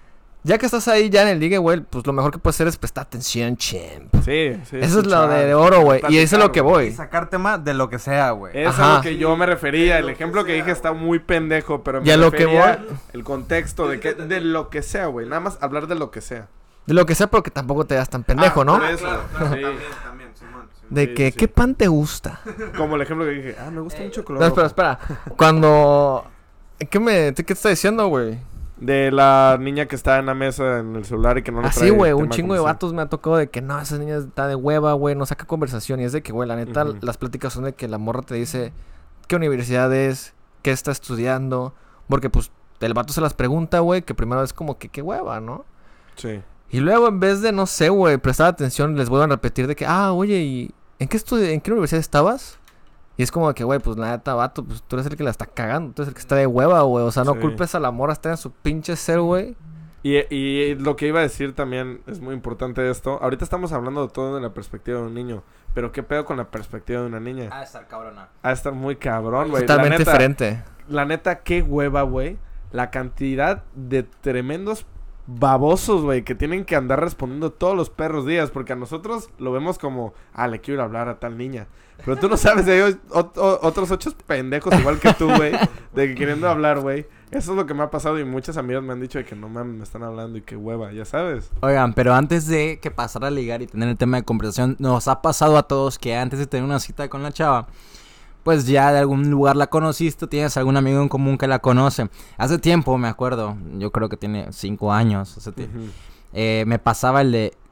Ya que estás ahí ya en el ligue, güey, pues lo mejor que puedes hacer es prestar atención, champ. Sí, sí. Eso es lo escuchar, de oro, güey. Y eso es lo que platicar, voy. Y sacar tema de lo que sea, güey. Eso Ajá. es lo que yo me refería. El ejemplo que dije está muy pendejo, pero me Y a lo que refería voy- el contexto de que de lo que sea, güey. Nada más hablar de lo que sea. De lo que sea, pero que tampoco te das tan pendejo, Ah, ¿no? por eso. Claro, claro, Sí. también, también, Simón, Simón. De Sí, que, sí, sí. ¿qué pan te gusta? Como el ejemplo que dije, ah, me gusta mucho el color No, rojo. espera, espera. Cuando... ¿Qué me... ¿Qué te está diciendo, güey? De la niña que está en la mesa en el celular y que no le Así, trae güey, tema un chingo de conversación. vatos me ha tocado de que no, esa niña está de hueva, güey, no saca conversación. Y es de que, güey, la neta, Ujú. las pláticas son de que la morra te dice qué universidad es, qué está estudiando. Porque, pues, el vato se las pregunta, güey, que primero es como que qué hueva, ¿no? Sí. Y luego, en vez de, no sé, güey, prestar atención, les vuelvan a repetir de que, ah, oye, ¿y en qué estudi en qué universidad estabas? Y es como que, güey, pues la neta, vato, pues tú eres el que la está cagando, tú eres el que está de hueva, güey. O sea, no Sí. culpes a la morra, está en su pinche ser, güey. Y, y lo que iba a decir también es muy importante esto. Ahorita estamos hablando de todo de la perspectiva de un niño. Pero qué pedo con la perspectiva de una niña. Ah, estar cabrona. Ha de estar muy cabrón, güey. La Totalmente neta, diferente. La neta, qué hueva, güey. La cantidad de tremendos babosos, güey, que tienen que andar respondiendo todos los perros días. Porque a nosotros lo vemos como, ah, le quiero ir a hablar a tal niña. Pero tú no sabes, hay ot- o- otros ocho pendejos igual que tú, güey, de que queriendo hablar, güey. Eso es lo que me ha pasado y muchas amigas me han dicho de que no mames, me están hablando y qué hueva, ya sabes. Oigan, pero antes de que pasara a ligar y tener el tema de conversación, nos ha pasado a todos que antes de tener una cita con la chava, pues ya de algún lugar la conociste, tienes algún amigo en común que la conoce. Hace tiempo, me acuerdo, yo creo que tiene cinco años, hace tie- Ujú. eh, me pasaba el de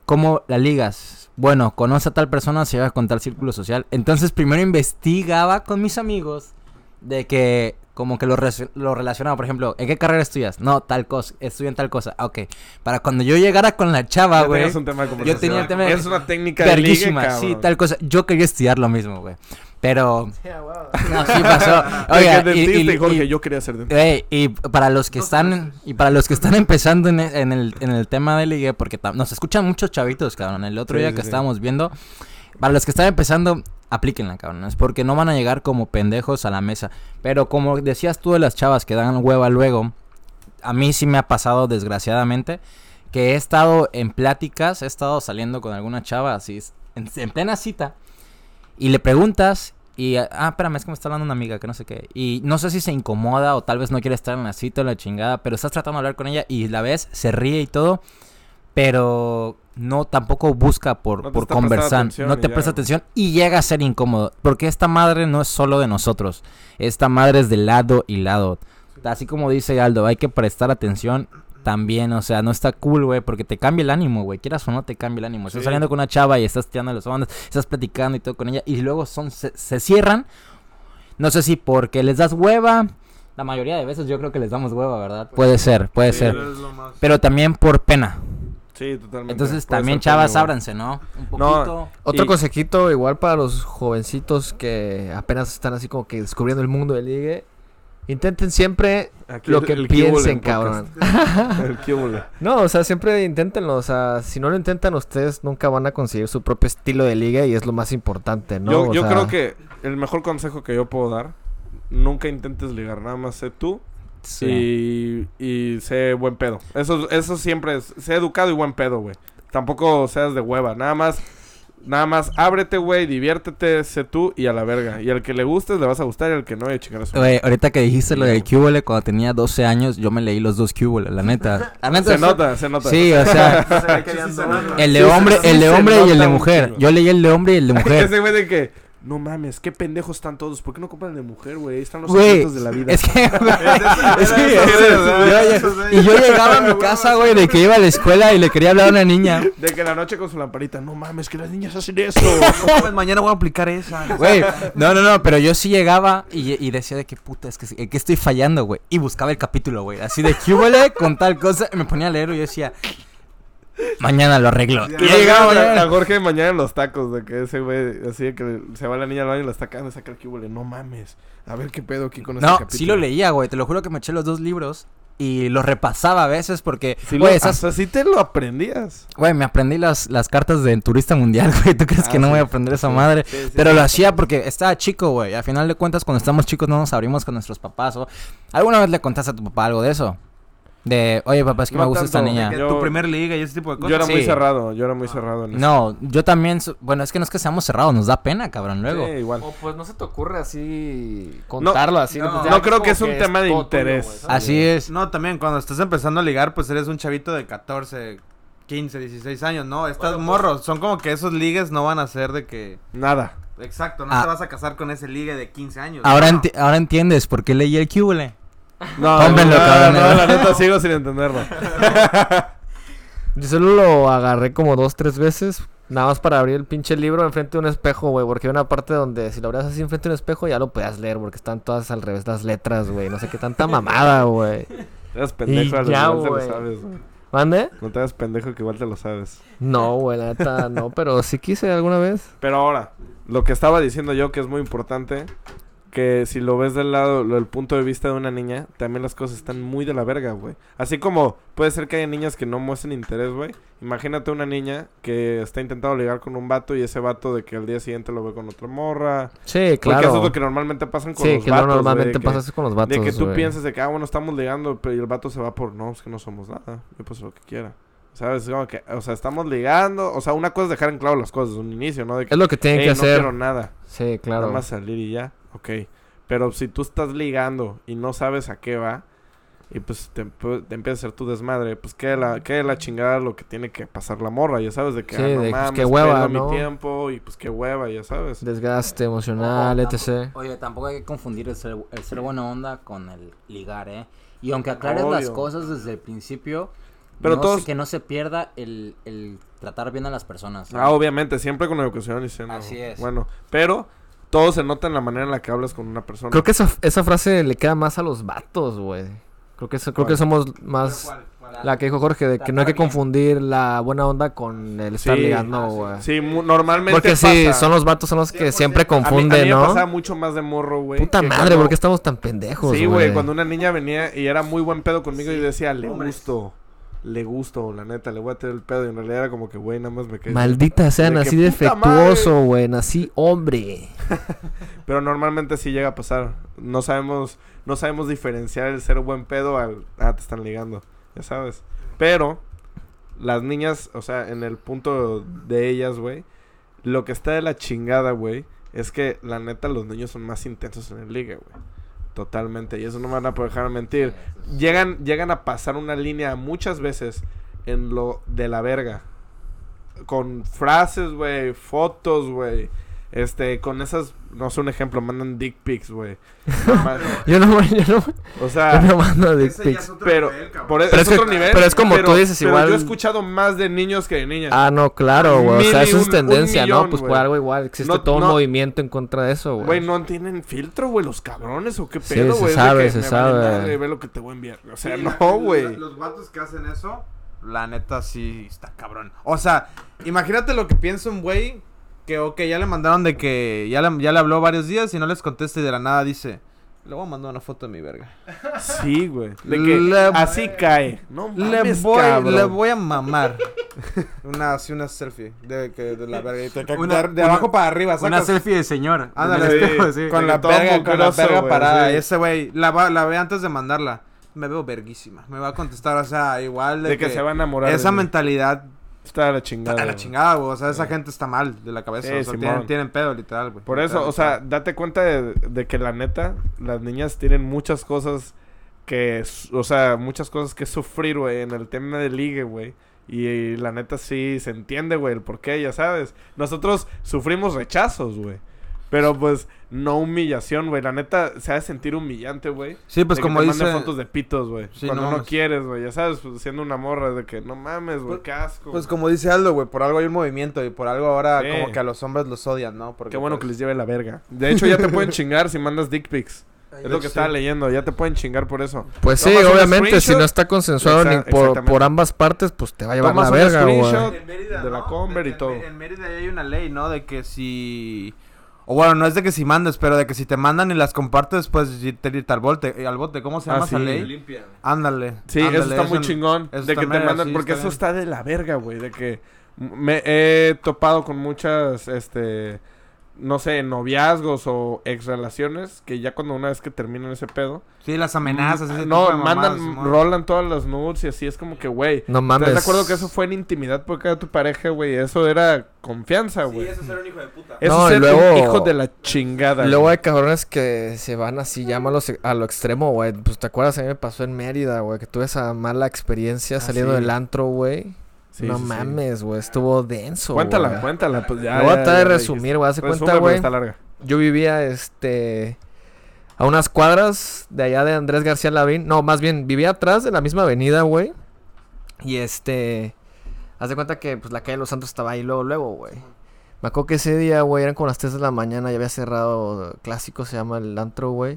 ¿cómo la ligas? Bueno, conoce a tal persona, se lleva con tal círculo social. Entonces primero investigaba con mis amigos de que como que lo, re- lo relacionaba. Por ejemplo, ¿en qué carrera estudias? No, tal cosa, estudio en tal cosa. Ah, ok. Para cuando yo llegara con la chava, Ya güey. tenías un tema de Yo conversación. tenía el tema de- Es una técnica de ligue, Verguísima, cabrón. sí, tal cosa. Yo quería estudiar lo mismo, güey. Pero... Sí, a huevo. No, sí pasó. Oiga, Oiga, que y, dentista y, y- Jorge, y- yo quería ser dentista. Ey, y para los que están y para los que están empezando en, e- en el, en el tema de ligue, porque ta- nos escuchan muchos chavitos, cabrón. El otro Sí, día sí, que sí. estábamos viendo, para los que están empezando, aplíquenla, cabrón. Es porque no van a llegar como pendejos a la mesa. Pero como decías tú de las chavas que dan hueva luego, a mí sí me ha pasado desgraciadamente que he estado en pláticas, he estado saliendo con alguna chava así, en, en plena cita, y le preguntas. Y, ah, espérame, es que me está hablando una amiga que no sé qué. Y no sé si se incomoda o tal vez no quiere estar en la cita o la chingada, pero estás tratando de hablar con ella y la ves, se ríe y todo, pero no tampoco busca por, No te por está prestando conversar, atención no y te ya. presta atención y llega a ser incómodo, porque esta madre no es solo de nosotros, esta madre es de lado y lado. Así como dice Aldo, hay que prestar atención también, o sea, no está cool, güey, porque te cambia el ánimo, güey, quieras o no te cambia el ánimo. Estás Sí. saliendo con una chava y estás tirando los ondas, estás platicando y todo con ella y luego son se, se cierran. No sé si porque les das hueva, la mayoría de veces yo creo que les damos hueva, ¿verdad? Puede ser, puede Sí, ser, es lo más- pero también por pena. Sí, totalmente. Entonces Puede también ser chavas, igual. ábranse, ¿no? Un No, poquito. Otro Y- consejito igual para los jovencitos que apenas están así como que descubriendo el mundo del ligue. Intenten siempre Aquí lo el- que el piensen, cubole en cabrón. podcast. El cubole. No, o sea, siempre inténtenlo. O sea, si no lo intentan ustedes, nunca van a conseguir su propio estilo de liga y es lo más importante, ¿no? Yo, O yo sea, creo que el mejor consejo que yo puedo dar, nunca intentes ligar, nada más sé tú Sí. y, y sé buen pedo. Eso, eso siempre es, sé educado y buen pedo, güey. Tampoco seas de hueva, nada más, nada más ábrete, güey, diviértete, sé tú y a la verga. Y al que le gustes le vas a gustar y al que no, y a chingar a su madre. Güey, ahorita que dijiste lo del cubole, cuando tenía doce años, yo me leí los dos cubole, la neta. La neta Se es- nota, se nota. Sí, o sea, el de Sí, hombre, sí, el de se hombre y el nota de un mujer. chingo. Yo leí el de hombre y el de mujer. Ese güey de que, no mames, qué pendejos están todos. ¿Por qué no compran el de mujer, güey? Ahí están los Güey, secretos de la vida. es que, güey, es que- eso, yo- eso, yo- eso, y yo llegaba a mi casa, güey, de que iba a la escuela y le quería hablar a una niña. De que en la noche con su lamparita, no mames, que las niñas hacen eso. No, mañana voy a aplicar esa. Güey, no, no, no, pero yo sí llegaba y, y decía de que puta, es que, ¿en qué estoy fallando, güey? Y buscaba el capítulo, güey, así de que huele con tal cosa. Y me ponía a leer y yo decía, mañana lo arreglo. Y Y llegaba, llegaba a, güey. a Jorge mañana en los tacos, de que ese güey, así de que se va la niña al baño y la está acabando de sacar cubole. No mames, a ver qué pedo aquí con este No, capítulo. sí lo leía, güey, te lo juro que me eché los dos libros y los repasaba a veces porque, Sí lo, güey, esas- hasta sí te lo aprendías. güey, me aprendí las, las cartas de turista mundial, güey. ¿Tú crees Ah, que no sí. voy a aprender esa Sí. madre? Sí, sí, Pero sí. lo hacía porque estaba chico, güey. A final de cuentas, cuando estamos chicos no nos abrimos con nuestros papás. O... ¿Alguna vez le contaste a tu papá algo de eso? De, oye, papá, es que No me gusta esta tanto. niña. Yo- Tu primer liga y ese tipo de cosas. Yo era muy Sí. cerrado, yo era muy cerrado en eso. No, yo también... so- Bueno, es que no es que seamos cerrados, nos da pena, cabrón, luego. Sí, igual. O pues no se te ocurre así contarlo así. no, pues, no ya creo como que es un tema de todo tuyo, interés. güey, ¿sabes? Así es. No, también cuando estás empezando a ligar, pues eres un chavito de catorce, quince, dieciséis años, ¿no? Estas Bueno, pues- morros, son como que esos ligues no van a ser de que... Nada. Exacto, no Ah. te vas a casar con ese ligue de quince años. Ahora, no. enti- ahora entiendes por qué leí el cubole. No, Tómenlo, no, cabrón. no, la neta sigo sin entenderlo. Yo solo lo agarré como dos, tres veces. Nada más para abrir el pinche libro enfrente de un espejo, güey. Porque hay una parte donde si lo abrías así enfrente de un espejo ya lo podías leer. Porque están todas al revés las letras, güey. No sé qué tanta mamada, güey. Eres pendejo, a lo ya, igual te güey. lo sabes, güey. ¿Mande? No te hagas pendejo que igual te lo sabes. No, güey, la neta no. Pero sí quise alguna vez. Pero ahora, lo que estaba diciendo yo que es muy importante, que si lo ves del lado, lo- del punto de vista de una niña, también las cosas están muy de la verga, güey. Así como puede ser que haya niñas que no muestren interés, güey. Imagínate una niña que está intentando ligar con un vato y ese vato de que al día siguiente lo ve con otra morra. Sí, Porque claro. eso es lo que normalmente pasan con Sí, los que vatos, no güey, normalmente de que- pasa eso con los vatos, De que tú güey. piensas de que, ah, bueno, estamos ligando, pero y el vato se va por, no, es que no somos nada. Yo pues lo que quiera. ¿Sabes? Como que, o sea, estamos ligando. O sea, una cosa es dejar en claro las cosas, un inicio, ¿no? De que, Es lo que tienen "Ey, que no hacer. quiero nada. Sí, claro. Nada más salir y ya. Ok. Pero si tú estás ligando y no sabes a qué va, y pues te, pu- te empieza a hacer tu desmadre, pues qué la, qué la chingada lo que tiene que pasar la morra, ya sabes, de que, Sí, ah, no de que, pues, mames, qué hueva, pierdo ¿no? mi tiempo, y pues qué hueva, ya sabes. Desgaste emocional, Ojo, etcétera. tampoco- Oye, tampoco hay que confundir el ser, el ser buena onda con el ligar, ¿eh? Y aunque aclares Obvio. las cosas desde el principio, Pero no todos... se- que no se pierda el, el tratar bien a las personas. ¿no? Ah, obviamente, siempre con educación y siendo... Así es. Bueno, pero todo se nota en la manera en la que hablas con una persona. Creo que esa, esa frase le queda más a los vatos, güey. Creo que, eso- creo que ¿Cuál? somos más... La que dijo Jorge, de que no hay que Tratar bien. confundir la buena onda con el estar Sí. ligando, güey. Sí, mu- normalmente Porque sí, pasa. son los vatos son los que siempre A mí- a confunden, mí me ¿no? pasaba mucho más de morro, güey. Puta que madre, cuando- ¿por qué estamos tan pendejos, Sí, güey, cuando una niña venía y era muy buen pedo conmigo y decía, le hombres. gusto, le gusto, la neta, le voy a tirar el pedo. Y en realidad era como que, güey, nada más me quedé. Maldita sea, de que nací puta defectuoso, güey. Nací hombre. Pero normalmente sí llega a pasar. No sabemos, no sabemos diferenciar el ser buen pedo al, ah, te están ligando, ya sabes. Pero las niñas, o sea, en el punto de ellas, güey, lo que está de la chingada, güey, es que la neta los niños son más intensos en el ligue, güey. Totalmente, y eso no me van a poder dejar mentir. Llegan, llegan a pasar una línea muchas veces en lo de la verga. Con frases, güey, fotos, güey. Este, con esas, no sé, un ejemplo, mandan dick pics, güey. Yo no, yo no, O sea, yo no mando dick Ese ya pics. es otro pero, nivel, cabrón. por, e- Pero es, es que- otro nivel. pero es como tú dices, pero igual- yo he escuchado más de niños que de niñas. Ah, no, claro, güey. O Mil sea, y eso es un- tendencia, un ¿no? millón, Pues por güey. algo igual. Existe No- todo un no- movimiento en contra de eso, Güey, güey. no tienen filtro, güey, los cabrones, o qué Sí, pedo, se güey. Es de sabe, que se me sabe. vale madre, ve lo que te voy a enviar. O sea, Sí, la- no, la- güey. Los vatos que hacen eso, la neta sí está cabrón. O sea, imagínate lo que piensa un güey que, ok, ya le mandaron de que ya le, ya le habló varios días y no les contesta y de la nada dice, le voy a mandar una foto de mi verga. Sí, güey. De que Le- así cae. No Le mames, voy, cabrón. le voy a mamar. una, así una selfie de, que, de la verga. y te- Una- de, de una- abajo para arriba, Una sacas- selfie de señor. Ándale, Sí, espejo, sí, de con que la todo verga, con la mugroso, verga güey, parada. sí. Y ese güey la, va- la ve antes de mandarla. Me veo verguísima. Me va a contestar, o sea, igual de, De que se va a enamorar. Esa de mí. mentalidad Está a la chingada. a la güey. chingada, güey. O sea, esa Sí. gente está mal de la cabeza. Sí, o sea, Simón. tienen, tienen pedo, literal, güey. Por eso, Literal, o sea, literal. date cuenta de, de que la neta, las niñas tienen muchas cosas que, s- o sea, muchas cosas que sufrir, güey, en el tema de ligue, güey. Y, y la neta sí se entiende, güey, el por qué, ya sabes. Nosotros sufrimos rechazos, güey. Pero pues, no humillación, güey. La neta se ha de sentir humillante, güey. Sí, pues de que como te dice... manden fotos de pitos, güey. Sí, Cuando no no, mames. quieres, güey. Ya sabes, pues siendo una morra de que no mames, güey, qué asco. Pues como dice Aldo, güey, por algo hay un movimiento y por algo ahora Sí. como que a los hombres los odian, ¿no? Porque Qué bueno pues, que les lleve la verga. De hecho, ya te pueden chingar si mandas dick pics. Es lo que sí. estaba leyendo. Ya te pueden chingar por eso. Pues sí, Tomas un obviamente, si screenshot. no está consensuado Exa- ni por, exactamente. por ambas partes, pues te va a llevar Tomas la un verga, screenshot. güey. En Mérida, de la ¿no? Conver y En- todo. En, en Mérida hay una ley, ¿no? De que si... O bueno, no es de que si mandes, pero de que si te mandan y las compartes, pues te irte al bote, al bote. ¿Cómo se Ah, llama sí. esa ley? Ándale. Sí, ándale, eso está muy en- chingón. eso De que está te mega, mandan. sí, Porque está eso bien. está de la verga, güey. De que me he topado con muchas, este. No sé, noviazgos o ex relaciones. Que ya cuando una vez que terminan ese pedo. Sí, las amenazas, ese no, tipo de mandan, mamadas, Simón. rolan todas las nudes y así es como que, güey. No ¿Estás mames. de acuerdo que eso fue en intimidad porque era tu pareja, güey? Eso era confianza, güey. eso es ser un hijo de puta. Eso No, es y ser luego- un hijo de la chingada. Luego güey. hay cabrones que se van así, llámalos a lo extremo, güey. Pues te acuerdas, a mí me pasó en Mérida, güey, que tuve esa mala experiencia Ah, saliendo sí. del antro, güey. Sí, no sí, sí. mames, güey, estuvo denso, Cuéntala, güey. cuéntala, pues ya. Lo voy a ya, tratar de ya la resumir, dijiste. güey. Hace Resume, cuenta, porque güey. está larga. Yo vivía, este... A unas cuadras de allá de Andrés García Lavín. No, más bien, vivía atrás de la misma avenida, güey. Y este... Haz de cuenta que, pues, la calle de Los Santos estaba ahí luego, luego, güey. Me acuerdo que ese día, güey, eran como las tres de la mañana. Ya había cerrado... Clásico se llama el antro, güey.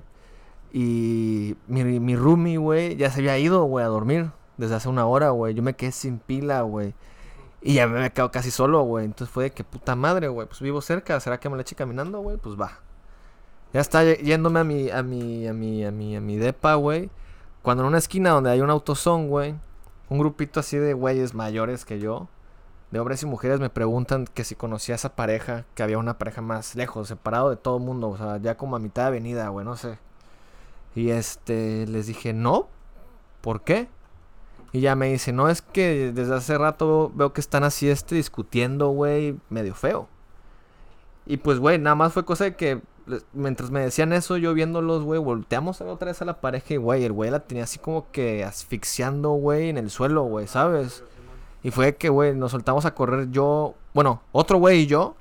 Y mi, mi roomie, güey, ya se había ido, güey, a dormir. Desde hace una hora, güey. Yo me quedé sin pila, güey. Y ya me he quedado casi solo, güey. Entonces fue de que puta madre, güey. Pues vivo cerca. ¿Será que me la eche caminando, güey? Pues va. Ya está y- yéndome a mi, a mi, a mi, a mi, a mi depa, güey. Cuando en una esquina donde hay un autosón, güey. Un grupito así de güeyes mayores que yo. De hombres y mujeres me preguntan que si conocía a esa pareja. Que había una pareja más lejos, separado de todo el mundo. O sea, ya como a mitad de avenida, güey. No sé. Y este, les dije, no. ¿Por qué? Y ya me dice, no, es que desde hace rato veo que están así, este, discutiendo, güey, medio feo. Y pues, güey, nada más fue cosa de que, les- mientras me decían eso, yo viéndolos, güey, volteamos a ver otra vez a la pareja y, güey, el güey la tenía así como que asfixiando, güey, en el suelo, güey, ¿sabes? Y fue que, güey, nos soltamos a correr yo, bueno, otro güey y yo,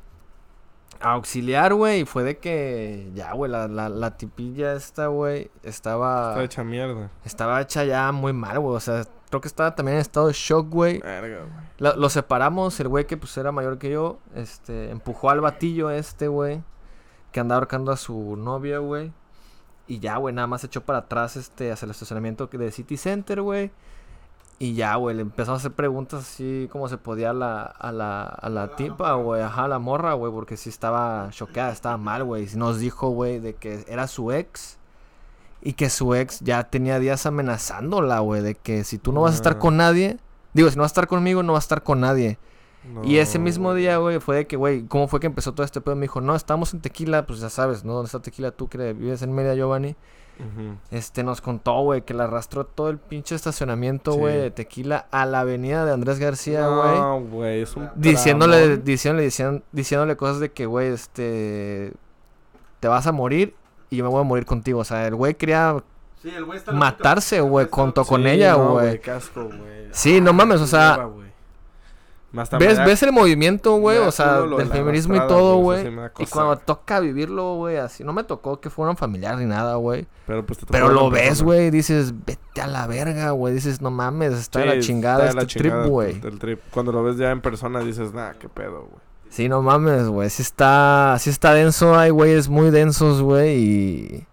a auxiliar, güey, y fue de que, ya, güey, la, la, la tipilla esta, güey, estaba... Está hecha mierda. Estaba hecha ya muy mal, güey. O sea, creo que estaba también en estado de shock, güey. Verga, güey. Lo, lo separamos, el güey que pues era mayor que yo, este, empujó al batillo este, güey, que andaba ahorcando a su novia, güey. Y ya, güey, nada más se echó para atrás, este, hacia el estacionamiento de City Center, güey. Y ya, güey, le empezamos a hacer preguntas así como se podía a la, a la, a la tipa, güey, ajá, a la morra, güey, porque sí estaba choqueada, estaba mal, güey. Nos dijo, güey, de que era su ex y que su ex ya tenía días amenazándola, güey, de que si tú no vas a estar Ah. con nadie, digo, si no vas a estar conmigo, no vas a estar con nadie. No, Y ese mismo día, güey, fue de que, güey, ¿cómo fue que empezó todo este pedo? Me dijo, no, estamos en Tequila, pues ya sabes, ¿no? ¿Dónde está Tequila? Tú que vives en Mérida, Giovanni. Ujú. Este, nos contó, güey, que la arrastró todo el pinche estacionamiento, Sí. güey, de Tequila a la avenida de Andrés García, güey. No, güey, es un Diciéndole, tramón. diciéndole, diciéndole, diciéndole cosas de que, güey, este, te vas a morir y yo me voy a morir contigo. O sea, el güey quería Sí, el güey está matarse, güey, junto con Sí, ella, no, güey. Qué asco, güey. Sí, no mames, o sea, Hueva, güey. Más ¿Ves, también da- ves el movimiento, güey? me da O sea, culo lo de del la feminismo y arrastrada, todo, güey, eso güey. sí me da Y cosa, cuando güey. toca vivirlo, güey, así. No me tocó que fuera un familiar ni nada, güey. Pero pues te tocó Pero verlo lo en ves, persona. güey, dices, vete a la verga, güey. Dices, no mames, está de Sí, la chingada está de la este chingada trip, güey. El trip. Cuando lo ves ya en persona dices, nah, qué pedo, güey. Sí, no mames, güey. Sí está, sí está denso. Hay güeyes muy densos, güey. Y,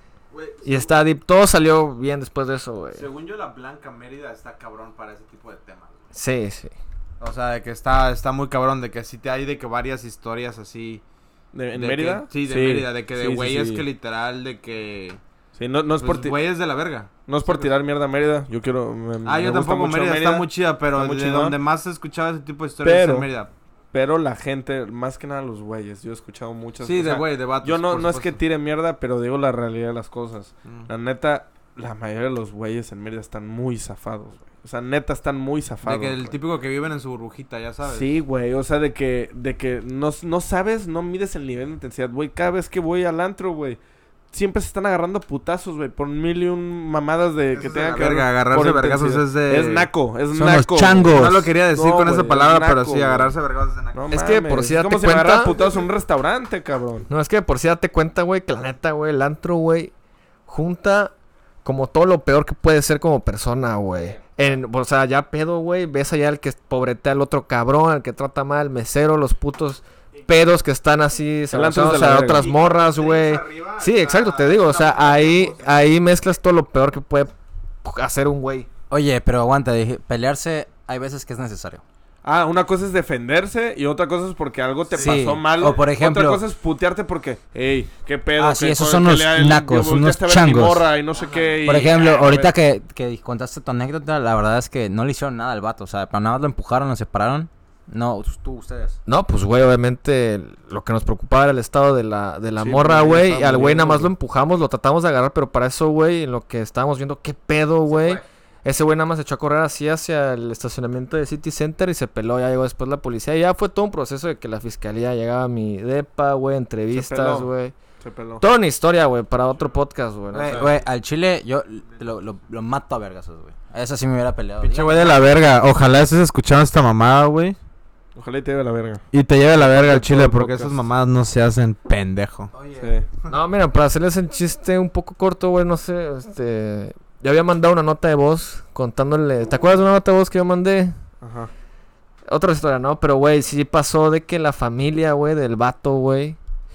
y está deep. Todo salió bien después de eso, güey. Según yo, la Blanca Mérida está cabrón para ese tipo de temas, güey. Sí, sí. O sea, de que está, está muy cabrón, de que sí te hay de que varias historias así. ¿De- ¿En de Mérida? que- sí, de Mérida, de que de sí, sí, güeyes sí. que literal, de que... Sí, no, no es por Pues, ti- güeyes de la verga. no es por tirar mierda a Mérida. Yo quiero. me- Ah, me yo gusta tampoco, mucho Mérida, está muy chida, pero está muy de chingón. donde más he escuchado ese tipo de historias es Pero- en Mérida. Pero la gente, más que nada los güeyes. Yo he escuchado muchas Sí, o de sea, güey, de vatos. Yo no, por no es que supuesto. tire mierda, pero digo la realidad de las cosas. Mm. La neta, la mayoría de los güeyes en Mérida están muy zafados, güey. O sea, neta, están muy zafados. De que el güey. típico que viven en su burbujita, ya sabes. Sí, güey, o sea, de que, de que no, no sabes, no mides el nivel de intensidad, güey. Cada vez que voy al antro, güey, siempre se están agarrando a putazos, güey, por mil y un mamadas de Eso que es tengan de que la verga, ver agarrarse por vergazos intensidad. es de- Es naco, es Son naco. los güey. changos. No lo quería decir No, con güey, esa es palabra, pero naco, sí, güey. agarrarse vergazos de naco. No Es que mames, por si es date como si me agarraran cuenta- a putazos en un restaurante, cabrón. No, es que por si date cuenta, güey, que la neta, güey, el antro, güey, junta como todo lo peor que puede ser como persona, güey. En, o sea, ya pedo, güey, ves allá al que pobretea al otro cabrón, al que trata mal, al mesero, los putos pedos que están así, se El antro es de a la verga. otras morras, güey. Sí, exacto, te digo, o sea, ahí, ahí mezclas todo lo peor que puede hacer un güey. Oye, pero aguanta, dije, pelearse hay veces que es necesario. Ah, una cosa es defenderse y otra cosa es porque algo te Sí, pasó mal. o por ejemplo- Otra cosa es putearte porque, hey, qué pedo. Ah, sí, que- esos que son unos le- nacos, que unos volteaste a ver a mi changos. morra y no sé qué. y- Por ejemplo, ah, ahorita güey. que, que contaste tu anécdota, la verdad es que no le hicieron nada al vato. O sea, para nada más lo empujaron, lo separaron. No, tú, ustedes. No, pues, güey, obviamente lo que nos preocupaba era el estado de la, de la Sí, morra, pues, güey. estaba Al güey nada muriendo, más lo güey. empujamos, lo tratamos de agarrar, pero para eso, güey, en lo que estábamos viendo, qué pedo, güey. Ese güey nada más se echó a correr así hacia el estacionamiento de City Center y se peló. Ya llegó después la policía. Y ya fue todo un proceso de que la fiscalía llegaba a mi depa, güey, entrevistas, peló. güey. Se peló. Toda una historia, güey, para otro podcast, güey. ¿no? Güey, O sea, güey, al chile yo lo, lo, lo mato a vergasos, güey. A eso sí me hubiera peleado. Pinche Dígame. güey de la verga. Ojalá estés escuchando esta mamada, güey. Ojalá y te lleve la verga. Y te lleve la verga al Todo chile el porque podcast. esas mamadas no se hacen pendejo. Oye, Sí. No, mira, para hacerles un chiste un poco corto, güey, no sé, este... Yo había mandado una nota de voz contándole... ¿Te acuerdas de una nota de voz que yo mandé? Ajá. Otra historia, ¿no? Pero, güey, sí pasó de que la familia, güey, del vato, güey,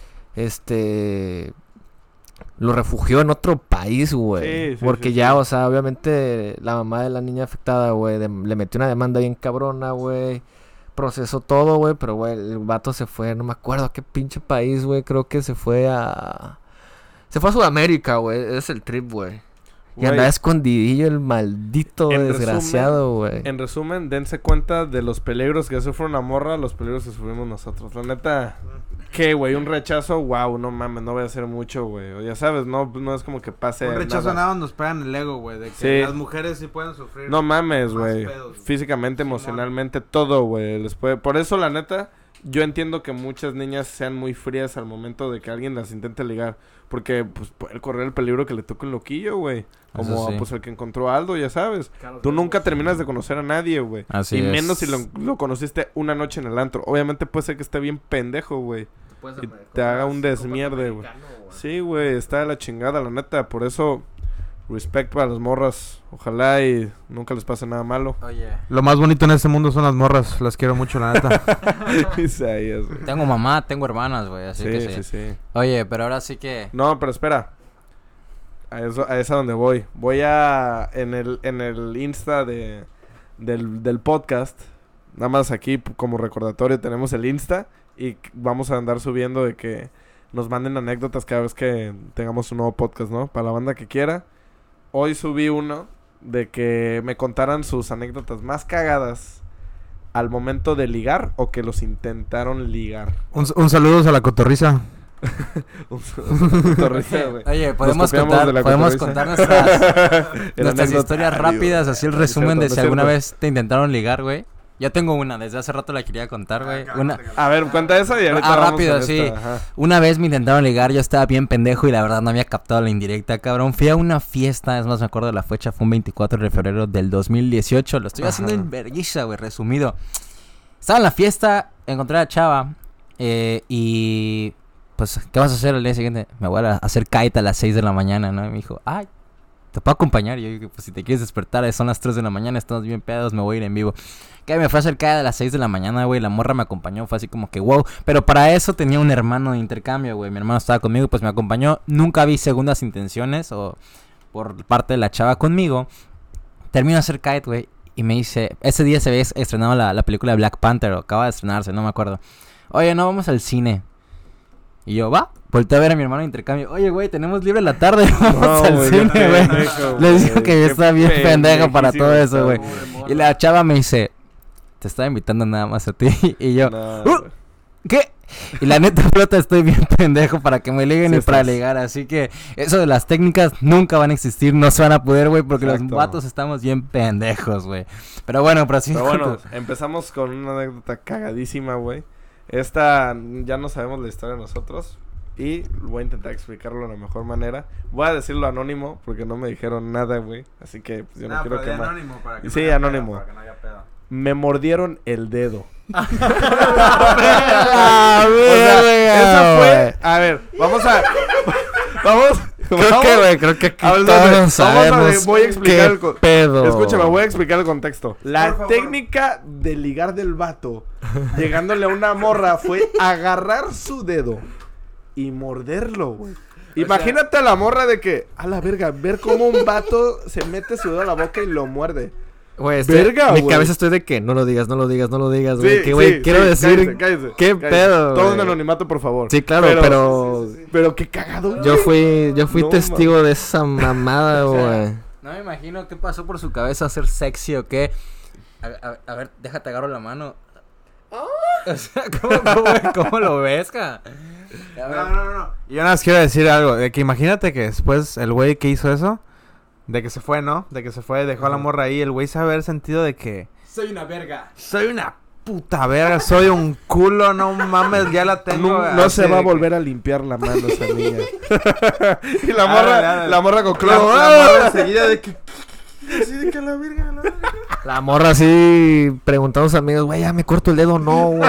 este... Lo refugió en otro país, güey. Sí, sí, Porque sí, ya, sí. o sea, obviamente la mamá de la niña afectada, güey, de- le metió una demanda bien cabrona, güey. Procesó todo, güey, pero, güey, el vato se fue, no me acuerdo a qué pinche país, güey. Creo que se fue a... Se fue a Sudamérica, güey. Es el trip, güey. Y Güey, andaba escondidillo el maldito En desgraciado, güey. En resumen, dense cuenta de los peligros que sufre una morra, los peligros que sufrimos nosotros. La neta, ¿qué, güey? Un rechazo, wow, no mames, no voy a hacer mucho, güey. O ya sabes, no, no es como que pase Un rechazo nada. nada más nos pegan el ego, güey. De que Sí. las mujeres sí pueden sufrir. No mames, más güey. pedos, güey. Físicamente, Simón. emocionalmente, todo, güey. Les puede... Por eso, la neta, yo entiendo que muchas niñas sean muy frías al momento de que alguien las intente ligar. Porque, pues, puede correr el peligro que le toque un loquillo, güey. Como, Eso sí. pues, el que encontró a Aldo, ya sabes. Tú nunca terminas de conocer a nadie, güey. Así y es. menos si lo, lo conociste una noche en el antro. Obviamente puede ser que esté bien pendejo, güey. Y te haga un desmierde, güey. Sí, güey, está de la chingada, la neta. Por eso, Respect para las morras. Ojalá y nunca les pase nada malo. Oye. Lo más bonito en este mundo son las morras. Las quiero mucho, la neta. Isaías, güey. Tengo mamá, tengo hermanas, güey, así Sí, que sí. sí, sí. Oye, pero ahora sí que... No, pero espera. A eso, a esa donde voy. Voy a en el en el Insta de del, del podcast. Nada más aquí p- como recordatorio tenemos el Insta y c- vamos a andar subiendo de que nos manden anécdotas cada vez que tengamos un nuevo podcast, ¿no? Para la banda que quiera. Hoy subí uno de que me contaran sus anécdotas más cagadas al momento de ligar o que los intentaron ligar. un, un saludo a la cotorriza. Un- un cotorrisa, güey. Oye, podemos copiamos contar, de la podemos cotorriza. contar nuestras, El nuestras anécdota- historias Ay, rápidas, Dios. así el No es resumen cierto, de no si es alguna cierto. vez te intentaron ligar, güey. Yo tengo una, desde hace rato la quería contar, güey. Una, A ver, cuenta esa y ahorita Ah, vamos rápido, con sí. esta, ajá. una vez me intentaron ligar, yo estaba bien pendejo y la verdad no había captado la indirecta, cabrón. Fui a una fiesta, es más, me acuerdo de la fecha, fue un veinticuatro de febrero del dos mil dieciocho. Lo estoy haciendo Ajá. en vergüenza, güey, resumido. Estaba en la fiesta, encontré a la chava eh, y... Pues, ¿qué vas a hacer el día siguiente? Me voy a hacer kite a las seis de la mañana, ¿no? Y me dijo, ay, ¿te puedo acompañar? Y yo dije, pues si te quieres despertar, son las tres de la mañana, estamos bien pedos, me voy a ir en vivo. Que me fue a hacer kite a las seis de la mañana, güey, la morra me acompañó, fue así como que wow. Pero para eso tenía un hermano de intercambio, güey, mi hermano estaba conmigo, pues me acompañó. Nunca vi segundas intenciones o por parte de la chava conmigo. Termino de hacer kite, güey, y me dice, ese día se había estrenado la, la película de Black Panther, o acaba de estrenarse, no me acuerdo. Oye, no, vamos al cine. Y yo, va, volteé a ver a mi hermano de intercambio. Oye, güey, tenemos libre la tarde, vamos No, al güey, cine, qué güey. pendejo, Les digo güey, que yo qué estaba bien pendejo para todo eso, güey. pendejísimo Y la chava me dice, te estaba invitando nada más a ti. Y yo, No, "Uh, güey. ¿qué? Y la neta, flota, estoy bien pendejo para que me liguen Sí y para estás. ligar. Así que eso de las técnicas nunca van a existir, no se van a poder, güey, porque Exacto. los vatos estamos bien pendejos, güey. Pero bueno, pero así. Pero bueno, empezamos con una anécdota cagadísima, güey. Esta ya no sabemos la historia nosotros. Y voy a intentar explicarlo de la mejor manera. Voy a decirlo anónimo porque no me dijeron nada, güey. Así que pues, yo no, quiero quemar. para que Sí, no haya anónimo. pedo, para que no haya pedo. Me mordieron el dedo. Ah, O sea, eso fue. A ver, vamos a. Vamos. Creo vamos- que, güey, creo que aquí A ver, todos vamos a- sabemos voy a explicar qué el co- pedo. Escúchame, voy a explicar el contexto. La Por favor. técnica de ligar del vato, llegándole a una morra, fue agarrar su dedo y morderlo, güey. Imagínate a la morra de que, a la verga, ver cómo un vato se mete su dedo a la boca y lo muerde. Güey, estoy- Verga, mi güey. cabeza estoy de que no lo digas, no lo digas, no lo digas, güey. Sí, que, güey, sí, quiero sí, decir, cállese, cállese, ¿qué cállese. pedo, Todo güey? en anonimato, por favor. Sí, claro, pero, Pero qué cagado, yo güey. fui, yo fui No, testigo de esa mamada, O sea, güey. No me imagino qué pasó por su cabeza hacer sexy o qué. A, a- a ver, déjate agarro la mano. O sea, ¿cómo, cómo, cómo lo ves, ca? A ver. No, no, no. Y yo nada más quiero decir algo. De que imagínate que después el güey que hizo eso, de que se fue, ¿no? De que se fue, dejó a la morra ahí. El güey se va a haber sentido de que Soy una verga. soy una puta verga, soy un culo, no mames, ya la tengo. No, no así se va a de que- volver a limpiar la mano esa niña. y la Ah, morra, dale, dale. la morra con La, cloro. la ¡Ah! morra enseguida de que. Así de que a la verga, a la verga. La morra así preguntando a sus amigos, güey, ya me corto el dedo, no, güey.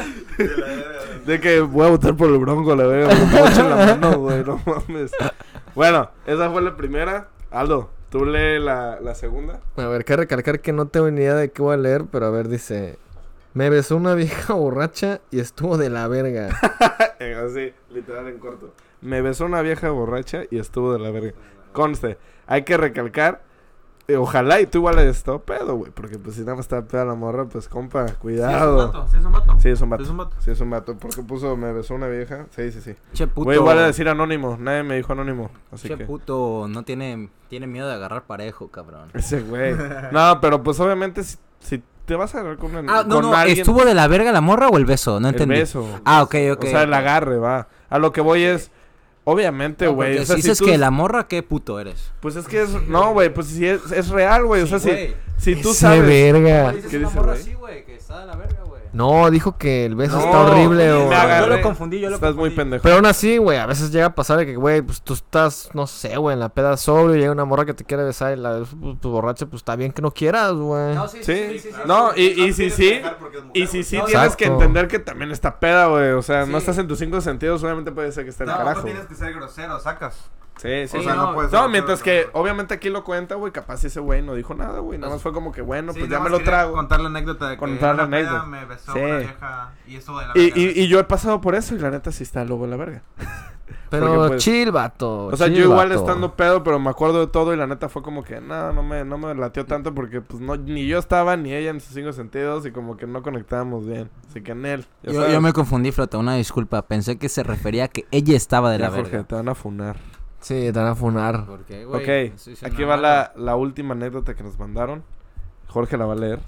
De que voy a votar por el bronco, la verga. Me mocho en la mano, güey, no mames. Bueno, esa fue la primera. Aldo, tú lee la, la segunda. A ver, que recalcar que no tengo ni idea de qué voy a leer, pero a ver, dice... Me besó una vieja borracha y estuvo de la verga. Eh, Así, literal en corto. Me besó una vieja borracha y estuvo de la verga. Conste, hay que recalcar. eh, ojalá y tú igual hayas estado pedo, güey. Porque pues si nada más está peda la morra, pues compa, cuidado. Sí, es un vato. Sí, es un vato. Es un vato. Sí, es un vato. Porque puso me besó una vieja. Sí, sí, sí. Che puto. Voy igual a decir anónimo. Nadie me dijo anónimo. Así Che que. puto, no tiene, tiene miedo de agarrar parejo, cabrón. Ese güey. No, pero pues obviamente si, si te vas a agarrar con, una, Ah, no, con no, alguien. ¿estuvo de la verga la morra o el beso? No el entendí. beso. Ah, ok, ok. O sea, el agarre, va. A lo que voy es. Obviamente, No, güey. porque o sea, si si dices tú- que la morra, ¿qué puto eres? Pues es que es. No, güey. Pues si es, es real, güey. O sea, Sí, si, güey. si tú Ese sabes. verga. dices ¿Qué una dice, morra güey? así, güey, que está de la verga, güey. No, dijo que el beso No, está horrible, me güey. agarré. Yo lo confundí, yo lo Estás muy confundí. pendejo. Pero aún así, güey, a veces llega a pasar de que, güey, pues tú estás, no sé, güey, en la peda sobrio y llega una morra que te quiere besar y la pues, tu borracha, pues está bien que no quieras, güey. No, sí, sí, Sí. sí, sí, sí, No, sí. y, y si sí. Y si sí No, tienes exacto. que entender que también está peda, güey. O sea, no Sí. estás en tus cinco sentidos. Obviamente puede ser que esté en el carajo. que ser grosero, sacas. Sí, sí. O sea, no, no puedes... No, mientras que obviamente aquí lo cuenta, güey, capaz ese güey no dijo nada, güey. Nada más fue como que, bueno, Sí, pues ya nada me más lo quería trago. contar la anécdota de que Contar en la una peda anécdota. me besó Sí. una vieja y estuvo de la Y, verga. y, y yo he pasado por eso y la neta sí está luego en la verga. Pero Porque, pues, chill, vato. O sea, chill, yo igual vato. estando pedo, pero me acuerdo de todo y la neta fue como que, no, no me, no me latió tanto porque pues no, ni yo estaba ni ella en sus cinco sentidos y como que no conectábamos bien. Así que en él. ya Yo, sabes. yo me confundí, Flota, una disculpa. Pensé que se refería a que ella estaba de Ya, la Jorge, verga. te van a funar. Sí, te van a funar. ¿Por qué, Ok, Estoy diciendo aquí va algo. la, la última anécdota que nos mandaron. Jorge la va a leer.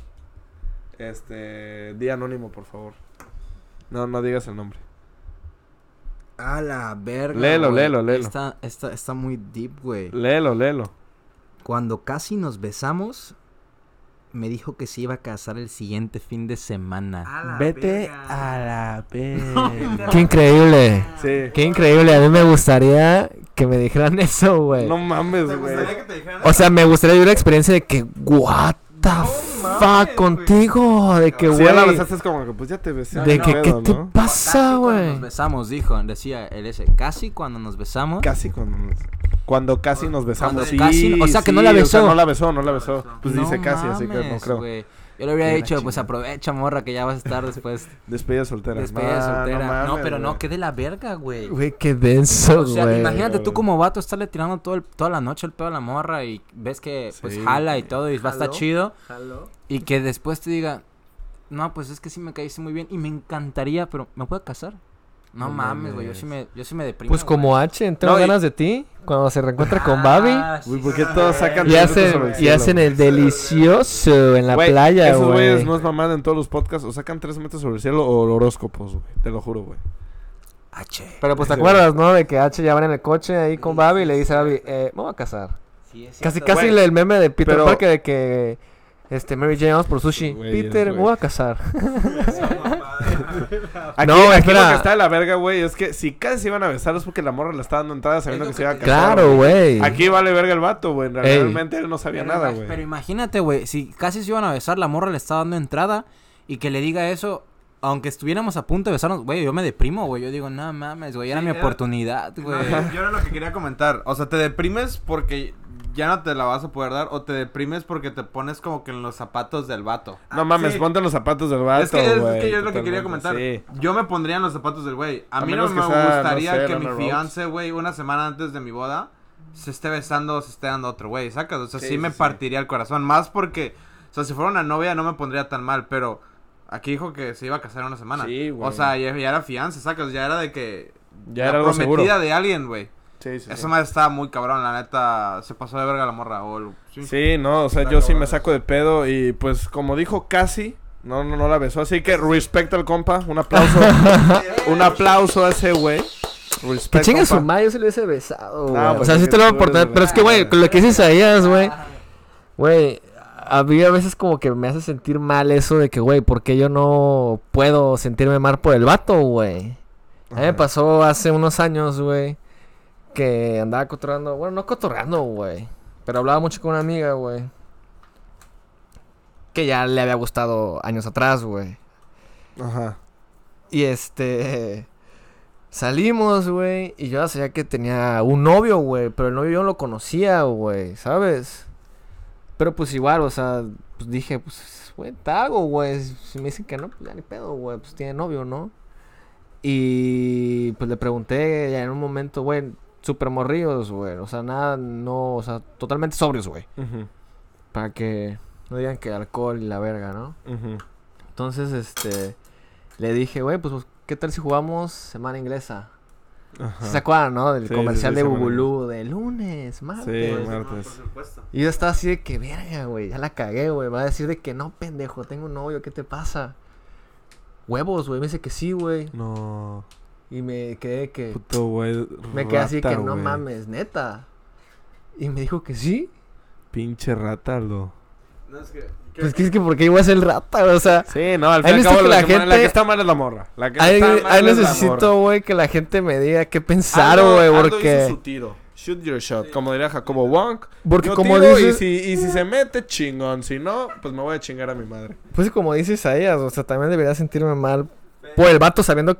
Este, di anónimo, por favor. No, no digas el nombre. A la verga. Léelo, güey. léelo, léelo. Está, está, está muy deep, güey. Léelo, léelo. Cuando casi nos besamos, me dijo que se iba a casar el siguiente fin de semana. A la Vete verga. a la verga. Qué increíble. Sí. Qué increíble. A mí me gustaría que me dijeran eso, güey. No mames, ¿Te güey. gustaría que te dijeran O sea, me gustaría vivir la experiencia de que, what the No fuck mames, contigo. De que, Si ya la güey. besaste es como que pues ya te besé. De no que, pedo, ¿qué te ¿no? pasa, Casi cuando güey? nos besamos, dijo, decía él ese. Casi cuando nos besamos. Casi cuando nos, cuando casi nos besamos. Cuando Sí, casi- o sea, que no sí, la o sea, besó. no la besó, no la besó. Pues No dice casi, así que no mames, creo. güey. Yo le habría Qué dicho, la pues chingada. aprovecha, morra, que ya vas a estar después. Despedida soltera. Despedida No, soltera. No, mames, pero no, güey. que de la verga, güey. Güey, qué denso, O sea, güey. imagínate tú cabrón. como vato estarle tirando todo el- toda la noche el pedo a la morra y ves que pues Sí, jala y güey. todo y va a estar Jaló. chido Jaló. y que después te diga, no, pues es que sí me caíste muy bien y me encantaría, pero ¿me puedo casar? No, No mames, güey, yo mames. sí me, yo sí me deprimo. Pues como güey. H, tengo No, y- ganas de ti. Cuando se reencuentra con Babi. Ah, sí, Güey, ¿por sí, qué todos sacan Y tres hacen, minutos sobre el y cielo, hacen güey? el delicioso en la Güey, playa, esos güeyes güey. no es mamada en todos los podcasts. O sacan tres metros sobre el cielo o horóscopos, güey. Te lo juro, güey. H. Pero pues te Sí. acuerdas, ¿no? De que H ya van en el coche ahí con Babi y le dice a Babi, eh, me voy a casar. Sí, es Casi, cierto, casi Güey, el meme de Peter pero- Parker de que, este, Mary Jane, vamos por sushi. Güey, Peter, es, me güey. voy a casar. Aquí, No, aquí espera. lo que está de la verga, güey, es que si casi se iban a besar es porque la morra le está dando entrada sabiendo Es que lo se iba a que te- casar. Claro, güey. Aquí vale verga el vato, güey. Ey. Realmente él no sabía Pero, nada, ima- güey. pero imagínate, güey, si casi se iban a besar, la morra le está dando entrada y que le diga eso, aunque estuviéramos a punto de besarnos, güey, yo me deprimo, güey. Yo digo, no mames, güey, era Sí, mi era- oportunidad, No, güey. yo, yo era lo que quería comentar. O sea, te deprimes porque ya no te la vas a poder dar. O te deprimes porque te pones como que en los zapatos del vato. No mames, Sí. ponte en los zapatos del vato, Es que, es, güey. que yo es lo que quería totalmente, comentar. sí. Yo me pondría en los zapatos del güey. A, A mí no menos me que sea, no gustaría sé, que mi Lana Rhodes. fiance, güey, una semana antes de mi boda, se esté besando o se esté dando otro güey, ¿sacas? O sea, sí, Sí, me sí, sí. partiría el corazón. Más porque, o sea, si fuera una novia no me pondría tan mal, pero aquí dijo que se iba a casar en una semana. Sí, güey. O sea, ya, ya era fianza, ¿sacas? Ya era de que... Ya la era algo seguro. prometida de alguien, güey. Sí, sí, Eso sí. más estaba muy cabrón, la neta. Se pasó de verga la morra. O el- sí. Sí, no, o sea, Está yo sí cabrón me eso. saco de pedo y pues como dijo casi, no, no, no la besó, así que respecto al compa, un aplauso, un aplauso a ese güey. Que Respect, chingue su compa. madre, yo se lo hubiese besado, güey. No, o pues, sea, sí porque te lo voy a tú eres aportar. de Pero es que, güey, la- con lo que dices Isaías, güey. Güey, a mí a veces como que me hace sentir mal eso de que, güey, ¿por qué yo no puedo sentirme mal por el vato, güey? A mí me Ajá. pasó hace unos años, güey, que andaba cotorreando, bueno, no cotorreando, güey, pero hablaba mucho con una amiga, güey, que ya le había gustado años atrás, güey. Ajá. Y este... Salimos, güey, y yo ya sabía que tenía un novio, güey, pero el novio yo no lo conocía, güey, ¿sabes? Pero pues igual, o sea, pues dije, pues, güey, te hago, güey. Si me dicen que no, pues ya ni pedo, güey, pues tiene novio, ¿no? Y pues le pregunté ya en un momento, güey, súper morrillos, güey, o sea, nada, no, o sea, totalmente sobrios, güey. Ujú, Para que no digan que alcohol y la verga, ¿no? ujú. Entonces, este, le dije, güey, pues, ¿qué tal si jugamos semana inglesa? Ajá. ¿Se acuerdan, no? Del Sí, comercial sí, sí, de semana Bubulú, de lunes, martes. Sí, martes. supuesto. Y yo estaba así de que, verga, güey, ya la cagué, güey. Me va a decir de que no, pendejo, tengo un novio, ¿qué te pasa? Huevos, güey, me dice que sí, güey. No, Y me quedé de que, puto güey. me quedé así de rata, que no güey. mames, neta. Y me dijo que sí. Pinche rata, lo. No, es que... Pues que es que, ¿por qué iba a ser rata, güey? O sea, Sí, no, al Ahí fin y al necesito cabo que la, la que ma- la gente- que está mal es la morra. La que ahí, está mal ahí es la morra. necesito, güey, que la gente me diga qué pensar, Aldo- güey, Aldo hizo porque... su tiro. Shoot your shot, como diría Jacobo Wong. Porque Yo como tiro dices... y, si, y si se mete, chingón. Si no, pues me voy a chingar a mi madre. Pues como dice Isaías, o sea, también debería sentirme mal por el vato sabiendo que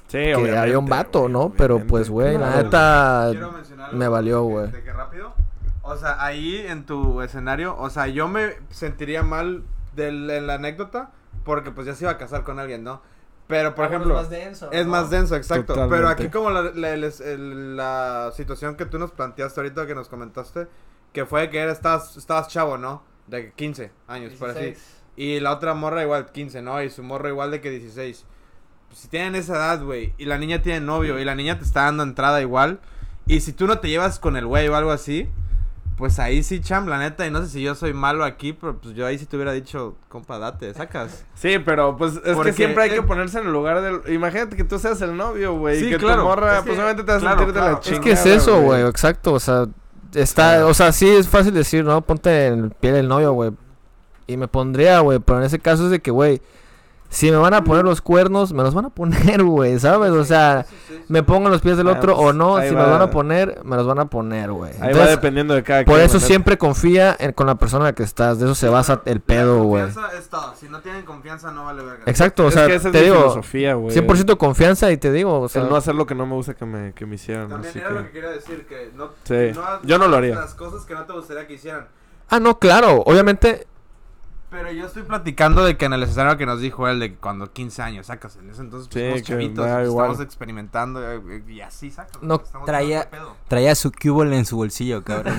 Sí, que obviamente, había un vato, güey, ¿no? Pero obviamente. pues, güey, la Claro. neta Quiero mencionar algo me valió, de que- güey. De que rápido. O sea, ahí en tu escenario, o sea, yo me sentiría mal del, en la anécdota porque pues ya se iba a casar con alguien, ¿no? Pero, por ejemplo, Ah, es más denso. es más denso, exacto. Totalmente. Pero aquí como la, la, el- el- la situación que tú nos planteaste ahorita, que nos comentaste, que fue que era, estabas, estabas chavo, ¿no? De quince años, por así. Y la otra morra igual quince, ¿no? Y su morra igual de que dieciséis. Pues, si tienen esa edad, güey, y la niña tiene novio, y la niña te está dando entrada igual, y si tú no te llevas con el güey o algo así, pues ahí sí, cham, la neta, y no sé si yo soy malo aquí, pero pues yo ahí sí te hubiera dicho, compa, date, sacas. Sí, pero pues es Porque, que siempre hay que eh, ponerse en el lugar del... Imagínate que tú seas el novio, güey, Sí, y que claro. tu morra, Es que- pues obviamente te vas claro, a sentir de claro. la Es chingada, Es que es eso, güey, exacto, o sea, está, o sea, sí es fácil decir, ¿no? Ponte en el pie del novio, güey. Y me pondría, güey, pero en ese caso es de que, güey, si me van a poner los cuernos, me los van a poner, güey, ¿sabes? O sea, me pongo en los pies del Ah, otro pues, o no, ahí si va. me los van a poner, me los van a poner, güey. Ahí va Entonces, dependiendo de cada por quien, eso la neta. siempre confía en- con la persona en la que estás, de eso se basa el pedo, güey. Confianza es todo, si no tienen confianza no vale verga. Exacto, o Es sea, que esa es te mi digo, filosofía, güey. cien por ciento confianza y te digo, o sea, El no hacer lo que no me gusta que me, que me hicieran, También así era que... lo que quería decir, que no, Sí, no yo no lo hagas haría. las cosas que no te gustaría que hicieran. ah, no, claro, obviamente, Pero yo estoy platicando de que en el escenario que nos dijo él, de que cuando quince años sacas, en ese entonces pues, Sí, somos que chavitos, da pues, igual. estamos experimentando eh, y así sacas. No, estamos traía- dando pedo. Traía su cubole en su bolsillo, cabrón.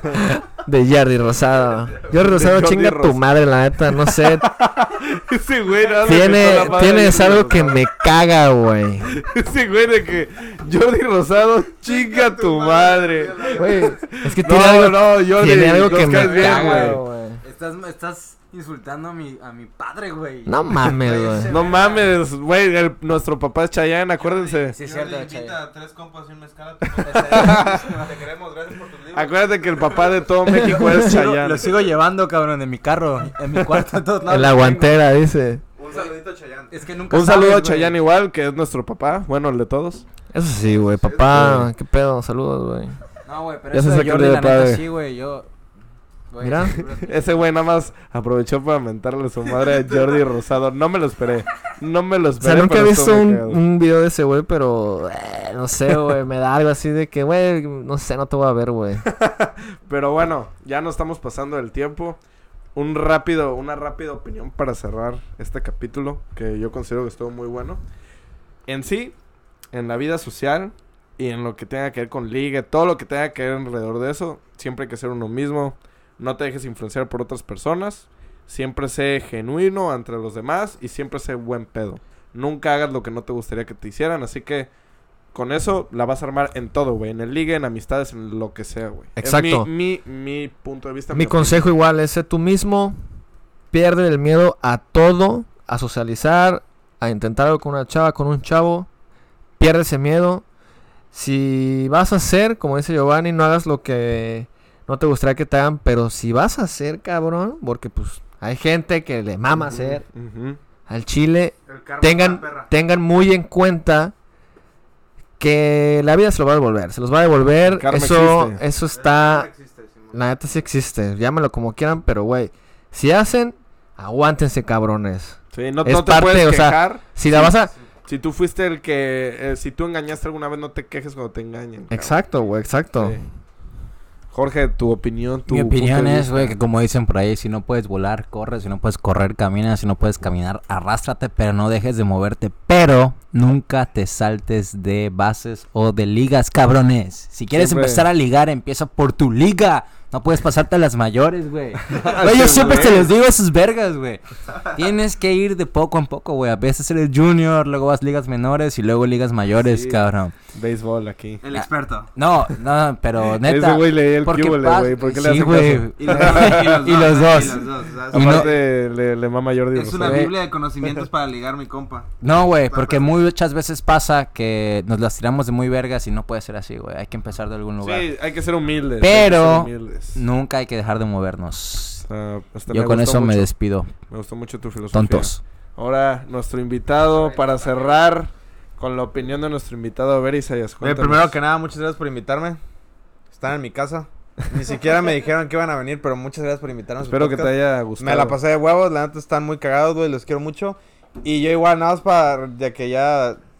de Jordi Rosado. Jordi Rosado, Jordi chinga tu Rosado. madre, la neta, no sé, Ese güey, nada más le tiene, metió la madre tienes a Jordi algo que Rosado. me caga, güey. Ese güey de que Jordi Rosado, chinga tu madre. Güey, es que No, tiene algo, no, Jordi, tiene algo nos que me caes bien, caga, güey. güey. estás, estás insultando a mi, a mi padre, güey. No mames, güey. No mames, güey, el- nuestro papá es Chayanne, acuérdense. Sí, es Jordi, cierto, invita Chayanne. a tres compas y un mezcal. Te queremos, gracias por tus libros. Acuérdate que el papá de todo México es Lo sigo, Chayanne. lo sigo llevando, cabrón, en mi carro, en mi cuarto, a todos lados. En la guantera, dice. Un saludito a Chayanne. Es que nunca Un sabes, saludo a güey. Chayanne igual, que es nuestro papá, bueno, el de todos. Eso sí, güey, papá, qué pedo, saludos, güey. No, güey, pero Ya eso se de saca el Jordi, dedo la de neta, padre. sí, güey, yo... güey, Mira. seguro que- Ese güey nada más aprovechó para mentarle su madre a Jordi Rosado. No me lo esperé. No me lo O esperé. sea, nunca he pero visto estuvo muy un, cagado. un video de ese güey, pero eh, no sé, güey, me da algo así de que, güey, no sé, no te voy a ver, güey. Pero bueno, ya no estamos pasando el tiempo. Un rápido, una rápida opinión para cerrar este capítulo, que yo considero que estuvo muy bueno. En sí, en la vida social y en lo que tenga que ver con ligue, todo lo que tenga que ver alrededor de eso, siempre hay que ser uno mismo. No te dejes influenciar por otras personas. Siempre sé genuino entre los demás y siempre sé buen pedo. Nunca hagas lo que no te gustaría que te hicieran, así que con eso la vas a armar en todo, güey. En el ligue, en amistades, en lo que sea, güey. Exacto. Es mi, mi, mi punto de vista. Mi opinión. consejo igual es ser tú mismo, pierde el miedo a todo, a socializar, a intentar algo con una chava, con un chavo, pierde ese miedo. Si vas a hacer, como dice Giovanni, no hagas lo que no te gustaría que te hagan, pero si vas a hacer, cabrón, porque pues hay gente que le mama Ujú, hacer ujú. al chile, El karma es una tengan, perra. tengan muy en cuenta que la vida se lo va a devolver, se los va a devolver, El karma eso, existe. eso El está, karma existe, Simón. la neta sí existe, llámalo como quieran, pero güey, si hacen, aguántense cabrones. Sí, no, Es no te parte, puedes o sea, quejar. Si la vas a... Si tú fuiste el que... eh, si tú engañaste alguna vez, no te quejes cuando te engañen. cabrón. Exacto, güey, exacto. Sí. Jorge, tu opinión, tu Mi opinión punto de es, güey, vista. que como dicen por ahí, si no puedes volar, corre, si no puedes correr, camina, si no puedes caminar, arrástrate, pero no dejes de moverte, pero nunca te saltes de bases o de ligas, cabrones. Si quieres Siempre- empezar a ligar, empieza por tu liga. No puedes pasarte a las mayores, güey. Güey, yo siempre te los digo a sus vergas, güey. Tienes que ir de poco en poco, güey. A veces eres junior, luego vas ligas menores y luego ligas mayores, Sí. cabrón. Béisbol aquí. El experto. No, no, pero neta. Ese güey leía el porque cúbole, pas- güey. ¿Por qué le sí, hacen güey. caso? Y, los, Y los dos. Y los dos. o sea, Y no- Aparte, le, le mama Jordi es una Rosado. Güey. biblia de conocimientos para ligar, mi compa. No, güey, porque muchas veces pasa que nos las tiramos de muy vergas y no puede ser así, güey. Hay que empezar de algún lugar. Sí, hay que ser humildes. Pero hay que ser humildes. nunca hay que dejar de movernos. Ah, hasta Yo me con gustó eso me mucho. despido. Me gustó mucho tu filosofía. Tontos. Ahora, nuestro invitado, para cerrar con la opinión de nuestro invitado, a ver, Isaías, Eh, cuéntanos. primero que nada, muchas gracias por invitarme. Están en mi casa. Ni siquiera me dijeron que iban a venir, pero muchas gracias por invitarme. a su Espero que te podcast. haya gustado. Me la pasé de huevos, la neta están muy cagados, güey, los quiero mucho. Y yo igual, nada más para, ya que ya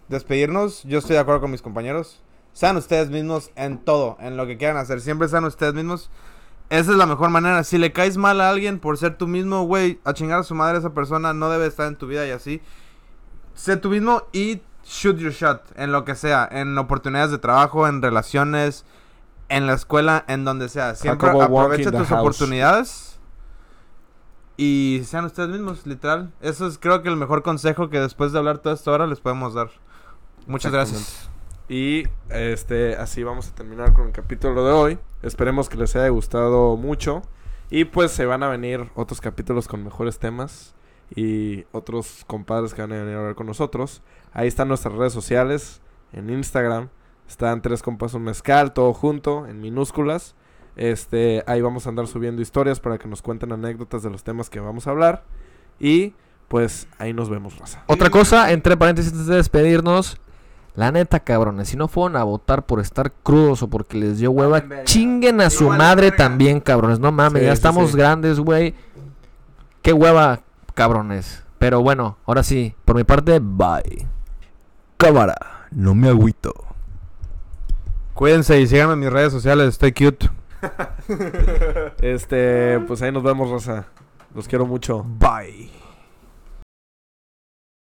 despedirnos, yo estoy de acuerdo con mis compañeros. Sean ustedes mismos en todo, en lo que quieran hacer. Siempre sean ustedes mismos. Esa es la mejor manera. Si le caes mal a alguien por ser tú mismo, güey, a chingar a su madre, esa persona no debe estar en tu vida y así. Sé tú mismo y shoot your shot en lo que sea. En oportunidades de trabajo, en relaciones, en la escuela, en donde sea. Siempre Jacobo Wonk aprovecha in the tus house. oportunidades y sean ustedes mismos, literal. Eso es creo que el mejor consejo que después de hablar toda esta hora les podemos dar. Muchas gracias. Y este así vamos a terminar con el capítulo de hoy. Esperemos que les haya gustado mucho. Y pues se van a venir otros capítulos con mejores temas. Y otros compadres que van a venir a hablar con nosotros. Ahí están nuestras redes sociales. En Instagram están Tres Compas Un Mezcal, todo junto, en minúsculas. Este, ahí vamos a andar subiendo historias para que nos cuenten anécdotas de los temas que vamos a hablar. Y pues ahí nos vemos, raza. Otra cosa, entre paréntesis antes de despedirnos. La neta, cabrones, si no fueron a votar por estar crudos o porque les dio hueva, Valen verga. chinguen a su valen madre verga. también, cabrones. No mames, Sí, ya sí, estamos sí. grandes, güey. Qué hueva, cabrones. Pero bueno, ahora sí, por mi parte, bye. Cámara, no me agüito. Cuídense y síganme en mis redes sociales. Estoy cute. Este, pues ahí nos vemos, raza. Los quiero mucho. Bye.